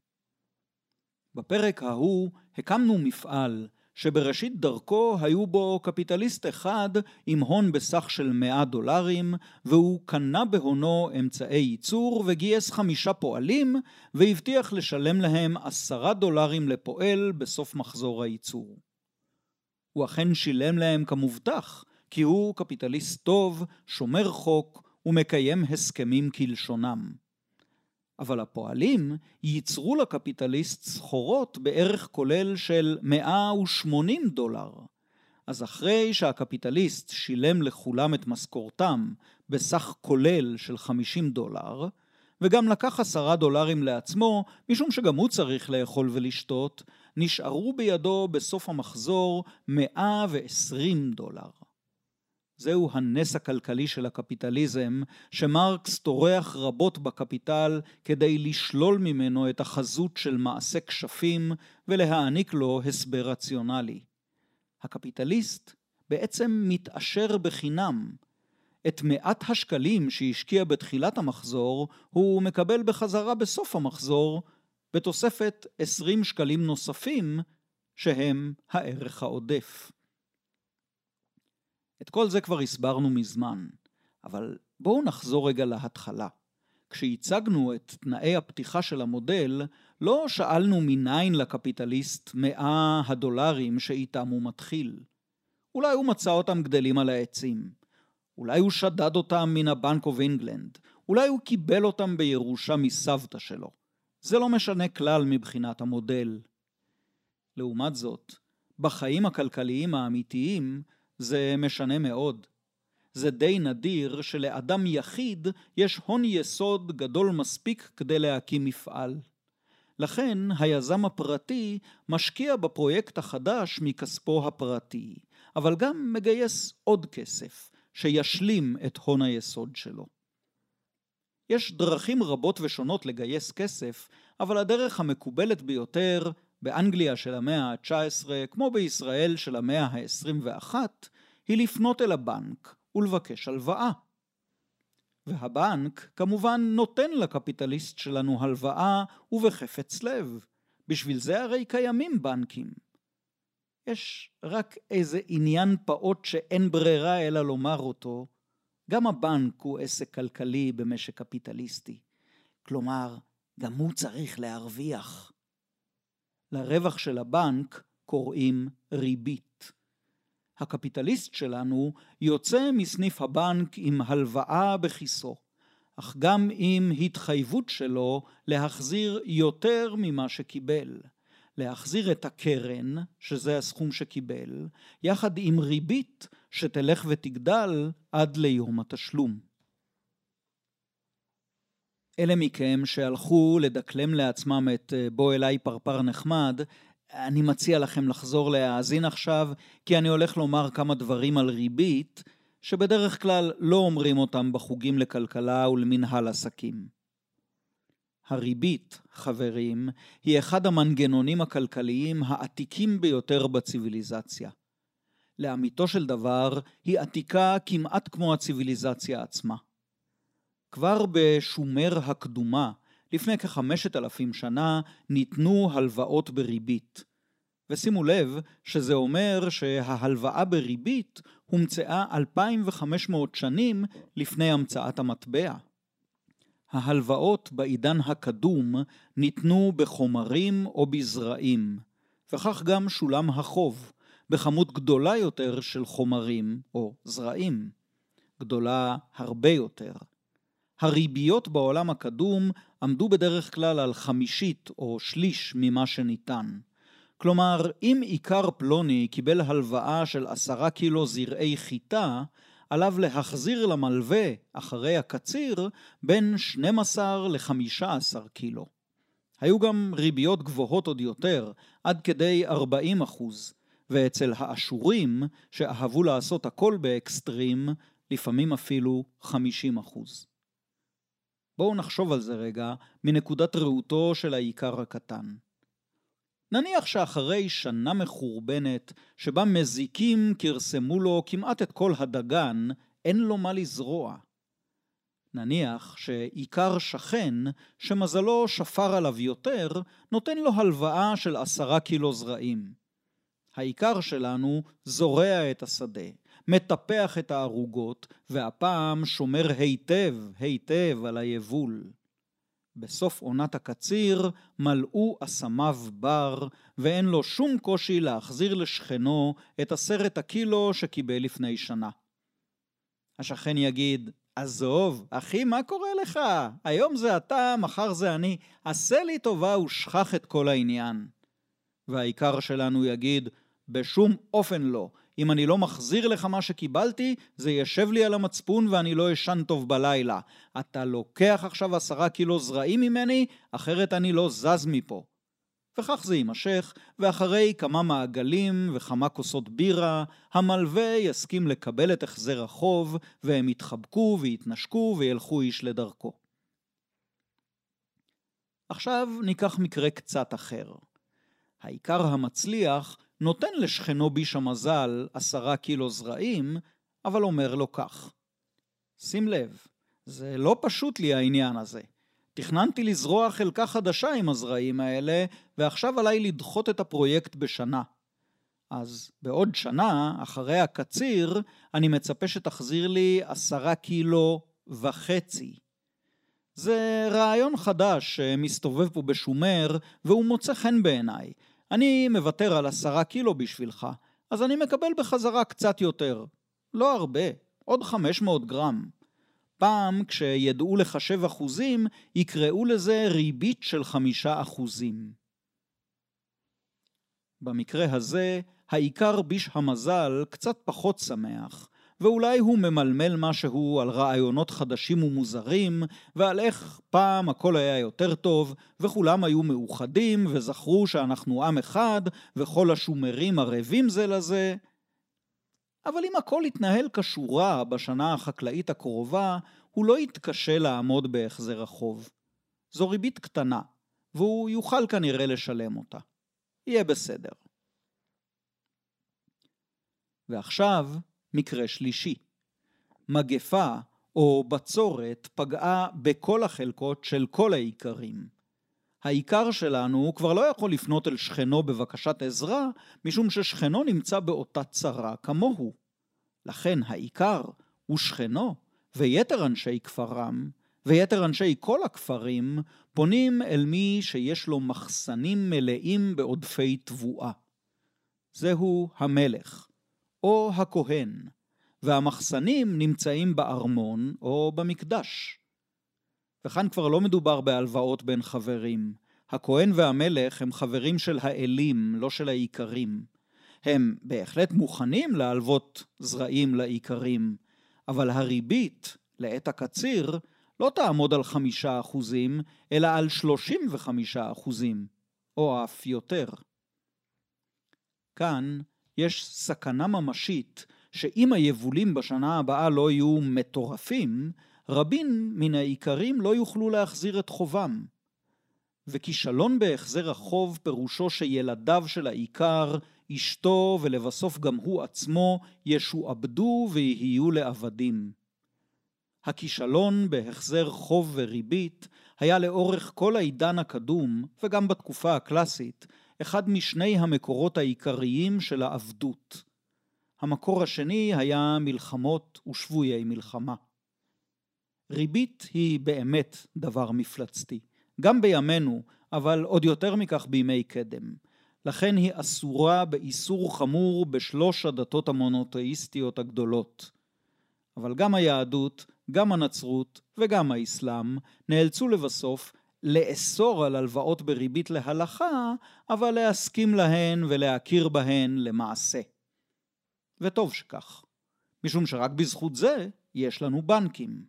בפרק ההוא הקמנו מפעל, שבראשית דרכו היו בו קפיטליסט אחד עם הון בסך של מאה דולרים, והוא קנה בהונו אמצעי ייצור וגייס חמישה פועלים, והבטיח לשלם להם עשרה דולרים לפועל בסוף מחזור הייצור. הוא אכן שילם להם כמובטח, כי הוא קפיטליסט טוב, שומר חוק ומקיים הסכמים כלשונם. אבל הפועלים ייצרו לקפיטליסט סחורות בערך כולל של מאה ושמונים דולר. אז אחרי שהקפיטליסט שילם לכולם את משכורתם בסך כולל של חמישים דולר, וגם לקח עשרה דולרים לעצמו, משום שגם הוא צריך לאכול ולשתות, נשארו בידו בסוף המחזור מאה ועשרים דולר. זהו הנס הכלכלי של הקפיטליזם, שמרקס טורח רבות בקפיטל כדי לשלול ממנו את החזות של מעשה כשפים ולהעניק לו הסבר רציונלי. הקפיטליסט בעצם מתעשר בחינם. את מעט השקלים שהשקיע בתחילת המחזור הוא מקבל בחזרה בסוף המחזור, בתוספת עשרים שקלים נוספים שהם הערך העודף. את כל זה כבר הסברנו מזמן, אבל בואו נחזור רגע להתחלה. כשהצגנו את תנאי הפתיחה של המודל, לא שאלנו מניין לקפיטליסט מאה הדולרים שאיתם הוא מתחיל. אולי הוא מצא אותם גדלים על העצים. אולי הוא שדד אותם מן הבנק אוף אינגלנד. אולי הוא קיבל אותם בירושה מסבתא שלו. זה לא משנה כלל מבחינת המודל. לעומת זאת, בחיים הכלכליים האמיתיים, זה משנה מאוד. זה די נדיר שלאדם יחיד יש הון יסוד גדול מספיק כדי להקים מפעל. לכן היזם הפרטי משקיע בפרויקט החדש מכספו הפרטי, אבל גם מגייס עוד כסף שישלים את הון היסוד שלו. יש דרכים רבות ושונות לגייס כסף, אבל הדרך המקובלת ביותר באנגליה של המאה ה-תשע עשרה, כמו בישראל של המאה ה-עשרים ואחת, היא לפנות אל הבנק ולבקש הלוואה. והבנק כמובן נותן לקפיטליסט שלנו הלוואה ובחפץ לב. בשביל זה הרי קיימים בנקים. יש רק איזה עניין פעוט שאין ברירה אלא לומר אותו. גם הבנק הוא עסק כלכלי במשק קפיטליסטי. כלומר, גם הוא צריך להרוויח. לרווח של הבנק קוראים ריבית. הקפיטליסט שלנו יוצא מסניף הבנק עם הלוואה בכיסו, אך גם עם התחייבות שלו להחזיר יותר ממה שקיבל. להחזיר את הקרן, שזה הסכום שקיבל, יחד עם ריבית שתלך ותגדל עד ליום התשלום. אלה מכם שהלכו לדקלם לעצמם את בוא אליי פרפר נחמד, אני מציע לכם לחזור להאזין עכשיו, כי אני הולך לומר כמה דברים על ריבית, שבדרך כלל לא אומרים אותם בחוגים לכלכלה ולמנהל עסקים. הריבית, חברים, היא אחד המנגנונים הכלכליים העתיקים ביותר בציביליזציה. לאמיתו של דבר, היא עתיקה כמעט כמו הציביליזציה עצמה. כבר בשומר הקדומה, לפני כחמשת אלפים שנה, ניתנו הלוואות בריבית. ושימו לב שזה אומר שההלוואה בריבית הומצאה אלפיים וחמש מאות שנים לפני המצאת המטבע. ההלוואות בעידן הקדום ניתנו בחומרים או בזרעים, וכך גם שולם החוב, בכמות גדולה יותר של חומרים או זרעים. גדולה הרבה יותר. הריביות בעולם הקדום עמדו בדרך כלל על חמישית או שליש ממה שניתן. כלומר, אם עיקר פלוני קיבל הלוואה של עשרה קילו זרעי חיטה, עליו להחזיר למלווה אחרי הקציר בין שנים עשר ל-חמישה עשר קילו. היו גם ריביות גבוהות עוד יותר, עד כדי ארבעים אחוז, ואצל האשורים, שאהבו לעשות הכל באקסטרים, לפעמים אפילו חמישים אחוז. בואו נחשוב על זה רגע מנקודת ראותו של העיקר הקטן. נניח שאחרי שנה מחורבנת שבה מזיקים קרסמו לו כמעט את כל הדגן, אין לו מה לזרוע. נניח שעיקר שכן, שמזלו שפר עליו יותר, נותן לו הלוואה של עשרה קילו זרעים. העיקר שלנו זורע את השדה, מטפח את הערוגות, והפעם שומר היטב, היטב על היבול. בסוף עונת הקציר מלאו אסמיו בר, ואין לו שום קושי להחזיר לשכנו את עשרת הקילו שקיבל לפני שנה. השכן יגיד, עזוב, אחי, מה קורה לך? היום זה אתה, מחר זה אני. עשה לי טובה ושכח את כל העניין. והעיקר שלנו יגיד, בשום אופן לא. אם אני לא מחזיר לך מה שקיבלתי, זה ישב לי על המצפון ואני לא אשן טוב בלילה. אתה לוקח עכשיו עשרה קילו זרעים ממני, אחרת אני לא זז מפה. וכך זה יימשך, ואחרי כמה מעגלים וכמה כוסות בירה, המלווה יסכים לקבל את החזר החוב, והם יתחבקו ויתנשקו וילכו איש לדרכו. עכשיו ניקח מקרה קצת אחר. העיקר המצליח נותן לשכנו ביש המזל עשרה קילו זרעים, אבל אומר לו כך. שים לב, זה לא פשוט לי העניין הזה. תכננתי לזרוע חלקה חדשה עם הזרעים האלה, ועכשיו עליי לדחות את הפרויקט בשנה. אז בעוד שנה, אחרי הקציר, אני מצפה שתחזיר לי עשרה קילו וחצי. זה רעיון חדש שמסתובב פה בשומר, והוא מוצא חן בעיניי. אני מוותר על עשרה קילו בשבילך, אז אני מקבל בחזרה קצת יותר. לא הרבה, עוד חמש מאות גרם. פעם כשידעו לחשב אחוזים, יקראו לזה ריבית של חמישה אחוזים. במקרה הזה, העיקר ביש המזל קצת פחות שמח, ואולי הוא ממלמל משהו על רעיונות חדשים ומוזרים, ועל איך פעם הכל היה יותר טוב, וכולם היו מאוחדים, וזכרו שאנחנו עם אחד, וכל השומרים ערבים זה לזה. אבל אם הכל יתנהל כשורה בשנה החקלאית הקרובה, הוא לא יתקשה לעמוד בהחזר החוב. זו ריבית קטנה, והוא יוכל כנראה לשלם אותה. יהיה בסדר. ועכשיו, מקרה שלישי. מגפה או בצורת פגעה בכל החלקות של כל העיקרים. העיקר שלנו כבר לא יכול לפנות אל שכנו בבקשת עזרה, משום ששכנו נמצא באותה צרה כמוהו. לכן העיקר הוא שכנו, ויתר אנשי כפרם, ויתר אנשי כל הכפרים, פונים אל מי שיש לו מחסנים מלאים בעודפי תבואה. זהו המלך, או הכהן, והמחסנים נמצאים בארמון או במקדש. וכאן כבר לא מדובר בהלוואות בין חברים. הכהן והמלך הם חברים של האלים, לא של העיקרים. הם בהחלט מוכנים להלוות זרעים לעיקרים, אבל הריבית לעת הקציר לא תעמוד על חמישה אחוזים, אלא על שלושים וחמישה אחוזים, או אף יותר. כאן יש סכנה ממשית שאם היבולים בשנה הבאה לא יהיו מטורפים, רבים מן העיקרים לא יוכלו להחזיר את חובם. וכישלון בהחזר החוב פירושו שילדיו של העיקר, אשתו ולבסוף גם הוא עצמו ישועבדו ויהיו לעבדים. הכישלון בהחזר חוב וריבית היה לאורך כל העידן הקדום וגם בתקופה הקלאסית אחד משני המקורות העיקריים של העבדות. המקור השני היה מלחמות ושבויי מלחמה. ריבית היא באמת דבר מפלצתי, גם בימינו, אבל עוד יותר מכך בימי קדם. לכן היא אסורה באיסור חמור בשלוש הדתות המונותאיסטיות הגדולות. אבל גם היהדות, גם הנצרות וגם האסלאם נאלצו לבסוף לאסור על הלוואות בריבית להלכה, אבל להסכים להן ולהכיר בהן למעשה. וטוב שכך, משום שרק בזכות זה יש לנו בנקים.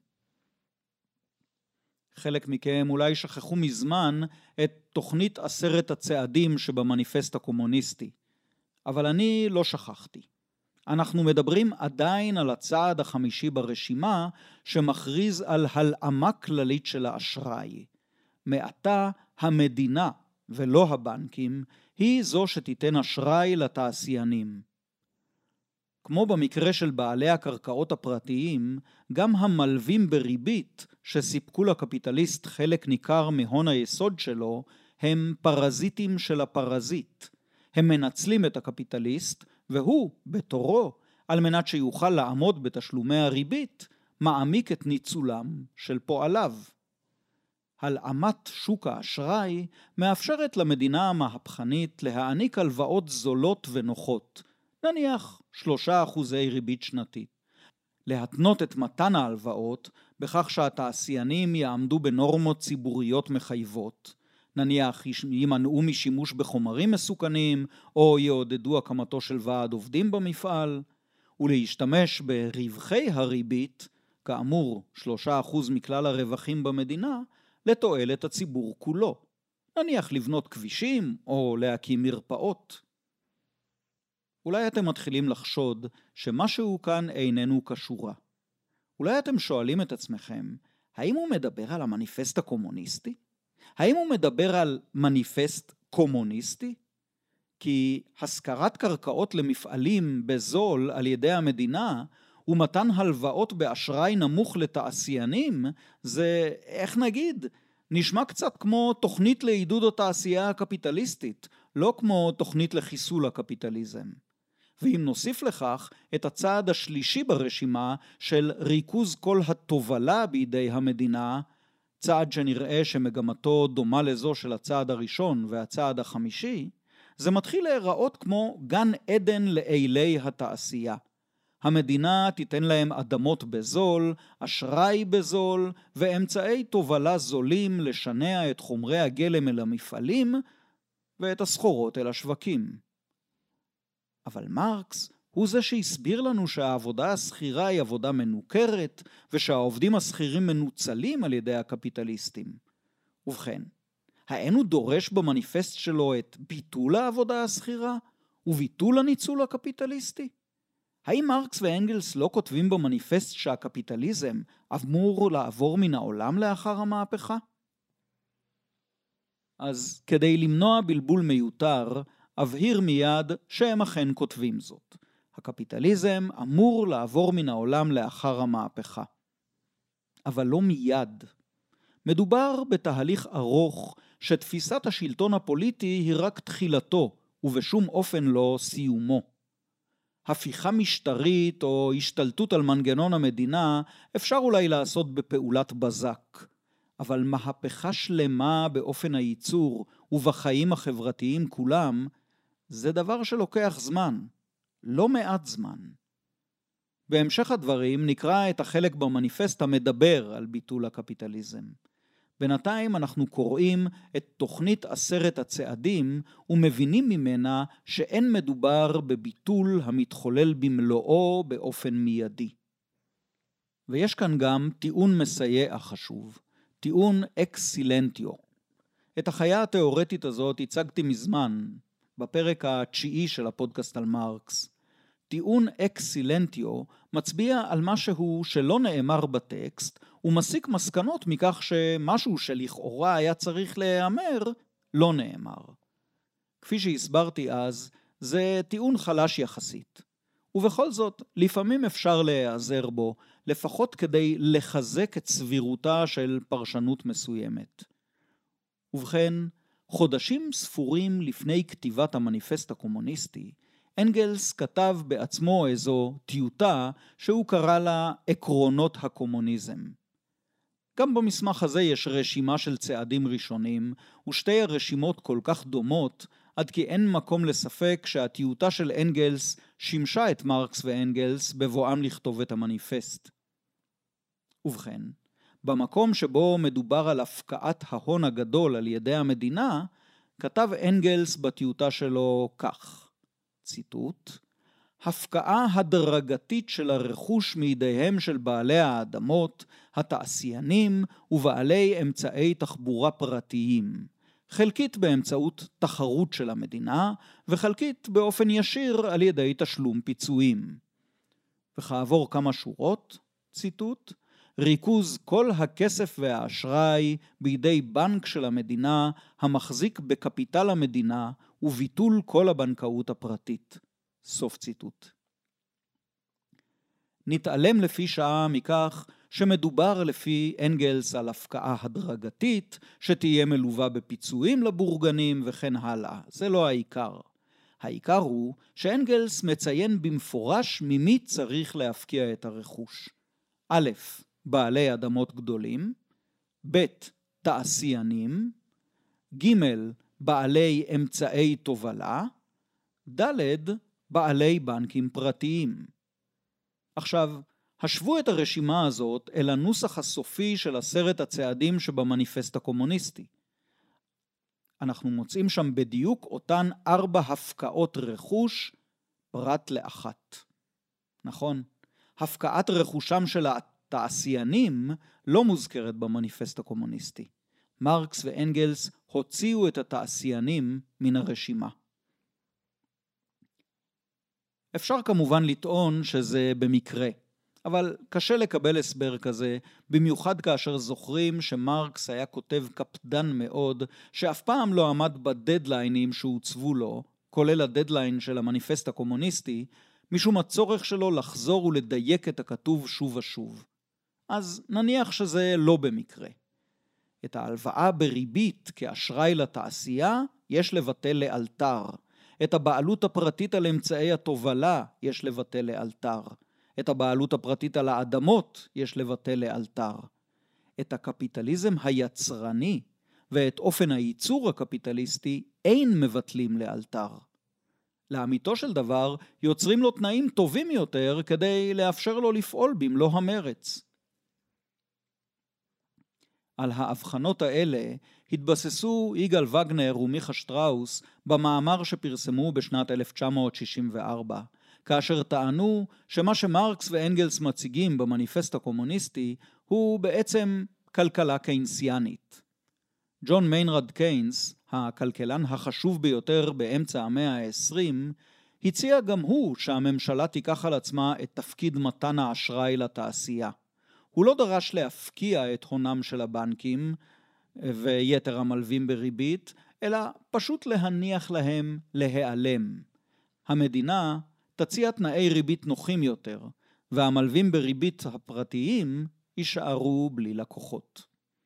חלק מכם אולי שכחו מזמן את תוכנית עשרת הצעדים שבמניפסט הקומוניסטי, אבל אני לא שכחתי. אנחנו מדברים עדיין על הצעד החמישי ברשימה שמכריז על הלאמה כללית של האשראי. מעתה המדינה ולא הבנקים היא זו שתיתן אשראי לתעשיינים. כמו במקרה של בעלי הקרקעות הפרטיים, גם המלווים בריבית שסיפקו לקפיטליסט חלק ניכר מהון היסוד שלו, הם פרזיטים של הפרזיט. הם מנצלים את הקפיטליסט, והוא, בתורו, על מנת שיוכל לעמוד בתשלומי הריבית, מעמיק את ניצולם של פועליו. הלאמת שוק האשראי מאפשרת למדינה המהפכנית להעניק הלוואות זולות ונוחות, נניח שלושה אחוזי ריבית שנתית. להתנות את מתן ההלוואות בכך שהתעשיינים יעמדו בנורמות ציבוריות מחייבות, נניח יימנעו משימוש בחומרים מסוכנים או יעודדו הקמתו של ועד עובדים במפעל, ולהשתמש ברווחי הריבית, כאמור שלושה אחוז מכלל הרווחים במדינה, לתועלת הציבור כולו, נניח לבנות כבישים או להקים מרפאות. אולי אתם מתחילים לחשוד שמשהו כאן איננו קשורה. אולי אתם שואלים את עצמכם, האם הוא מדבר על המניפסט הקומוניסטי? האם הוא מדבר על מניפסט קומוניסטי? כי השכרת קרקעות למפעלים בזול על ידי המדינה ומתן הלוואות באשראי נמוך לתעשיינים, זה, איך נגיד, נשמע קצת כמו תוכנית לעידוד התעשייה הקפיטליסטית, לא כמו תוכנית לחיסול הקפיטליזם. ואם נוסיף לכך את הצעד השלישי ברשימה של ריכוז כל התובלה בידי המדינה, צעד שנראה שמגמתו דומה לזו של הצעד הראשון והצעד החמישי, זה מתחיל להיראות כמו גן עדן לאילי התעשייה. המדינה תיתן להם אדמות בזול, אשראי בזול, ואמצעי תובלה זולים לשנע את חומרי הגלם אל המפעלים ואת הסחורות אל השווקים. אבל מרקס הוא זה שהסביר לנו שהעבודה השכירה היא עבודה מנוכרת, ושהעובדים השכירים מנוצלים על ידי הקפיטליסטים. ובכן, האין הוא דורש במניפסט שלו את ביטול העבודה השכירה וביטול הניצול הקפיטליסטי? האם מרקס ואנגלס לא כותבים במניפסט שהקפיטליזם אמור לעבור מן העולם לאחר המהפכה? אז כדי למנוע בלבול מיותר, אבהיר מיד שהם אכן כותבים זאת. הקפיטליזם אמור לעבור מן העולם לאחר המהפכה. אבל לא מיד. מדובר בתהליך ארוך שתפיסת השלטון הפוליטי היא רק תחילתו ובשום אופן לא סיומו. הפיכה משטרית או השתלטות על מנגנון המדינה אפשר אולי לעשות בפעולת בזק, אבל מהפכה שלמה באופן הייצור ובחיים החברתיים כולם, זה דבר שלוקח זמן, לא מעט זמן. בהמשך הדברים נקרא את החלק במניפסט המדבר על ביטול הקפיטליזם. בינתיים אנחנו קוראים את תוכנית עשרת הצעדים ומבינים ממנה שאין מדובר בביטול המתחולל במלואו באופן מיידי. ויש כאן גם טיעון מסייע חשוב, טיעון אקסילנטיו. את החיה התיאורטית הזאת הצגתי מזמן, בפרק התשיעי של הפודקאסט על מרקס. טיעון אקסילנטיו מצביע על משהו שלא נאמר בטקסט, ומסיק מסקנות מכך שמשהו שלכאורה היה צריך להיאמר, לא נאמר. כפי שהסברתי אז, זה טיעון חלש יחסית. ובכל זאת, לפעמים אפשר להיעזר בו, לפחות כדי לחזק את סבירותה של פרשנות מסוימת. ובכן, חודשים ספורים לפני כתיבת המניפסט הקומוניסטי, אנגלס כתב בעצמו איזו טיוטה שהוא קרא לה עקרונות הקומוניזם. גם במסמך הזה יש רשימה של צעדים ראשונים, ושתי הרשימות כל כך דומות, עד כי אין מקום לספק שהטיוטה של אנגלס שימשה את מרקס ואנגלס בבואם לכתוב את המניפסט. ובכן, במקום שבו מדובר על הפקעת ההון הגדול על ידי המדינה, כתב אנגלס בטיוטה שלו כך, ציטוט, הפקעה הדרגתית של הרכוש מידיהם של בעלי האדמות, התעשיינים ובעלי אמצעי תחבורה פרטיים, חלקית באמצעות תחרות של המדינה וחלקית באופן ישיר על ידי תשלום פיצויים. וכעבור כמה שורות, ציטוט, ריכוז כל הכסף והאשראי בידי בנק של המדינה המחזיק בקפיטל המדינה וביטול כל הבנקאות הפרטית. סוף ציטוט. נתעלם לפי שעה מכך שמדובר לפי אנגלס על הפקעה הדרגתית שתהיה מלווה בפיצויים לבורגנים וכן הלאה. זה לא העיקר. העיקר הוא שאנגלס מציין במפורש ממי צריך להפקיע את הרכוש. א', בעלי אדמות גדולים, ב', תעשיינים, ג', בעלי אמצעי תובלה, ד', בעלי בנקים פרטיים. עכשיו, השוו את הרשימה הזאת אל הנוסח הסופי של עשרת הצעדים שבמניפסט הקומוניסטי. אנחנו מוצאים שם בדיוק אותן ארבע הפקעות רכוש פרט לאחת. נכון, הפקעת רכושם של התעשיינים לא מוזכרת במניפסט הקומוניסטי. מרקס ואנגלס הוציאו את התעשיינים מן הרשימה. אפשר כמובן לטעון שזה במקרה, אבל קשה לקבל הסבר כזה, במיוחד כאשר זוכרים שמרקס היה כותב קפדן מאוד, שאף פעם לא עמד בדדליינים שהוצבו לו, כולל הדדליין של המניפסט הקומוניסטי, משום הצורך שלו לחזור ולדייק את הכתוב שוב ושוב. אז נניח שזה לא במקרה. את ההלוואה בריבית כאשראי לתעשייה יש לבטל לאלתר. את הבעלות הפרטית על אמצעי התובלה יש לבטל לאלתר. את הבעלות הפרטית על האדמות יש לבטל לאלתר. את הקפיטליזם היצרני ואת אופן הייצור הקפיטליסטי אין מבטלים לאלתר. לאמיתו של דבר יוצרים לו תנאים טובים יותר כדי לאפשר לו לפעול במלוא המרץ. על ההבחנות האלה התבססו יגאל וגנר ומיכה שטראוס במאמר שפרסמו בשנת אלף תשע מאות שישים וארבע, כאשר טענו שמה שמרקס ואנגלס מציגים במניפסט הקומוניסטי הוא בעצם כלכלה קיינסיאנית. ג'ון מיינרד קיינס, הכלכלן החשוב ביותר באמצע המאה ה-עשרים, הציע גם הוא שהממשלה תיקח על עצמה את תפקיד מתן האשראי לתעשייה. הוא לא דרש להפקיע את הונם של הבנקים ויתר המלווים בריבית, אלא פשוט להניח להם להיעלם. המדינה תציע תנאי ריבית נוחים יותר, והמלווים בריבית הפרטיים יישארו בלי לקוחות.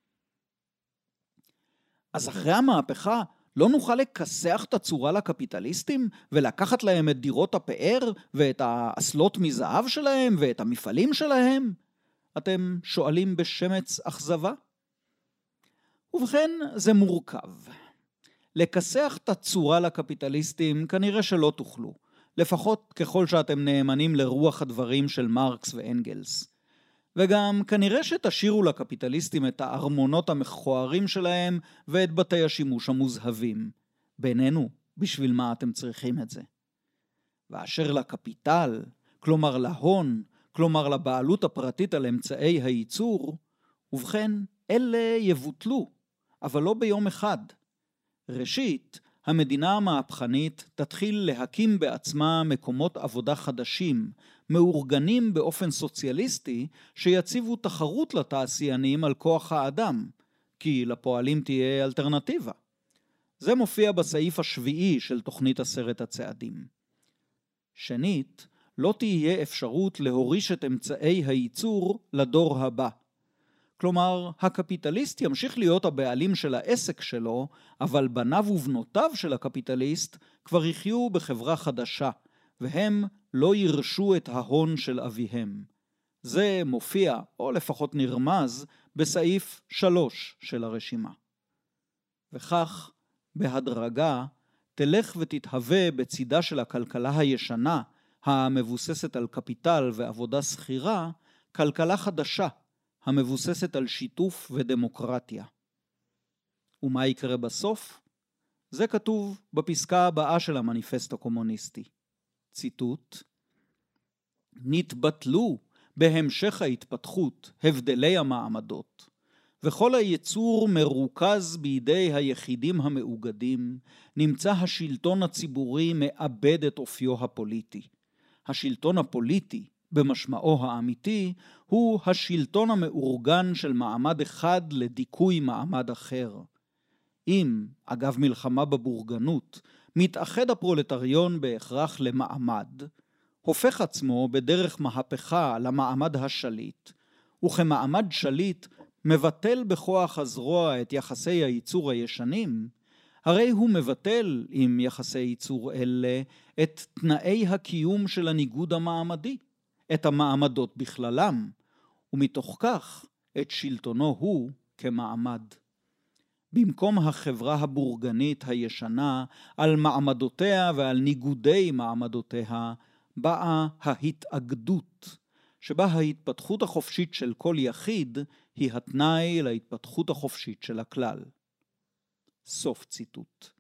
אז אחרי המהפכה לא נוכל לקסח את הצורה לקפיטליסטים ולקחת להם את דירות הפאר ואת האסלות מזהב שלהם ואת המפעלים שלהם? אתם שואלים בשמץ אכזבה? ובכן, זה מורכב. לקסח את הצורה לקפיטליסטים כנראה שלא תוכלו, לפחות ככל שאתם נאמנים לרוח הדברים של מרקס ואנגלס. וגם כנראה שתשאירו לקפיטליסטים את הארמונות המכוערים שלהם ואת בתי השימוש המוזהבים. בינינו, בשביל מה אתם צריכים את זה? ואשר לקפיטל, כלומר להון, כלומר לבעלות הפרטית על אמצעי הייצור, ובכן, אלה יבוטלו, אבל לא ביום אחד. ראשית, המדינה המהפכנית תתחיל להקים בעצמה מקומות עבודה חדשים, מאורגנים באופן סוציאליסטי, שיציבו תחרות לתעשיינים על כוח האדם, כי לפועלים תהיה אלטרנטיבה. זה מופיע בסעיף השביעי של תוכנית עשרת הצעדים. שנית, לא תהיה אפשרות להוריש את אמצעי הייצור לדור הבא. כלומר, הקפיטליסט ימשיך להיות הבעלים של העסק שלו, אבל בניו ובנותיו של הקפיטליסט כבר יחיו בחברה חדשה, והם לא ירשו את ההון של אביהם. זה מופיע, או לפחות נרמז, בסעיף שלוש של הרשימה. וכך, בהדרגה, תלך ותתהווה בצידה של הכלכלה הישנה, המבוססת על קפיטל ועבודה שכירה, כלכלה חדשה, המבוססת על שיתוף ודמוקרטיה. ומה יקרה בסוף? זה כתוב בפסקה הבאה של המניפסט הקומוניסטי. ציטוט: נתבטלו בהמשך ההתפתחות הבדלי המעמדות, וכל היצור מרוכז בידי היחידים המאוגדים, נמצא השלטון הציבורי מאבד את אופיו הפוליטי. השלטון הפוליטי, במשמעו האמיתי, הוא השלטון המאורגן של מעמד אחד לדיכוי מעמד אחר. אם, אגב מלחמה בבורגנות, מתאחד הפרולטריון בהכרח למעמד, הופך עצמו בדרך מהפכה למעמד השליט, וכמעמד שליט מבטל בכוח הזרוע את יחסי הייצור הישנים, הרי הוא מבטל עם יחסי ייצור אלה את תנאי הקיום של הניגוד המעמדי, את המעמדות בכללם, ומתוך כך את שלטונו הוא כמעמד. במקום החברה הבורגנית הישנה על מעמדותיה ועל ניגודי מעמדותיה, באה ההתאגדות, שבה ההתפתחות החופשית של כל יחיד היא התנאי להתפתחות החופשית של הכלל. סוף ציטוט.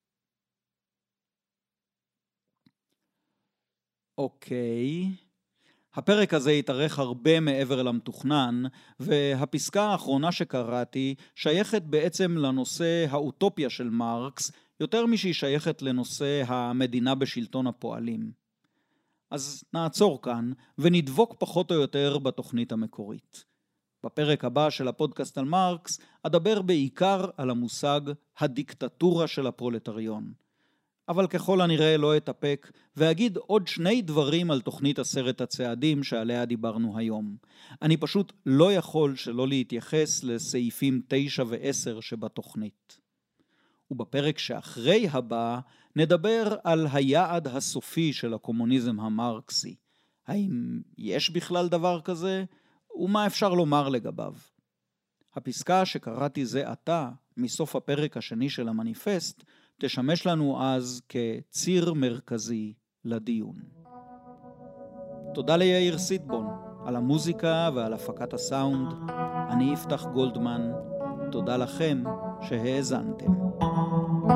אוקיי, הפרק הזה יתארך הרבה מעבר למתוכנן, והפסקה האחרונה שקראתי שייכת בעצם לנושא האוטופיה של מרקס, יותר משהיא שייכת לנושא המדינה בשלטון הפועלים. אז נעצור כאן ונדבוק פחות או יותר בתוכנית המקורית. בפרק הבא של הפודקאסט על מרקס אדבר בעיקר על המושג הדיקטטורה של הפרולטריון. אבל ככל הנראה לא אתאפק ואגיד עוד שני דברים על תוכנית עשרת הצעדים שעליה דיברנו היום. אני פשוט לא יכול שלא להתייחס לסעיפים תשע ועשר שבתוכנית. ובפרק שאחרי הבא נדבר על היעד הסופי של הקומוניזם המרקסי. האם יש בכלל דבר כזה? ומה אפשר לומר לגביו? הפסקה שקראתי זה עתה, מסוף הפרק השני של המניפסט, תשמש לנו אז כציר מרכזי לדיון. תודה ליאיר סיטבון על המוזיקה ועל הפקת הסאונד. אני יפתח גולדמן. תודה לכם שהאזנתם.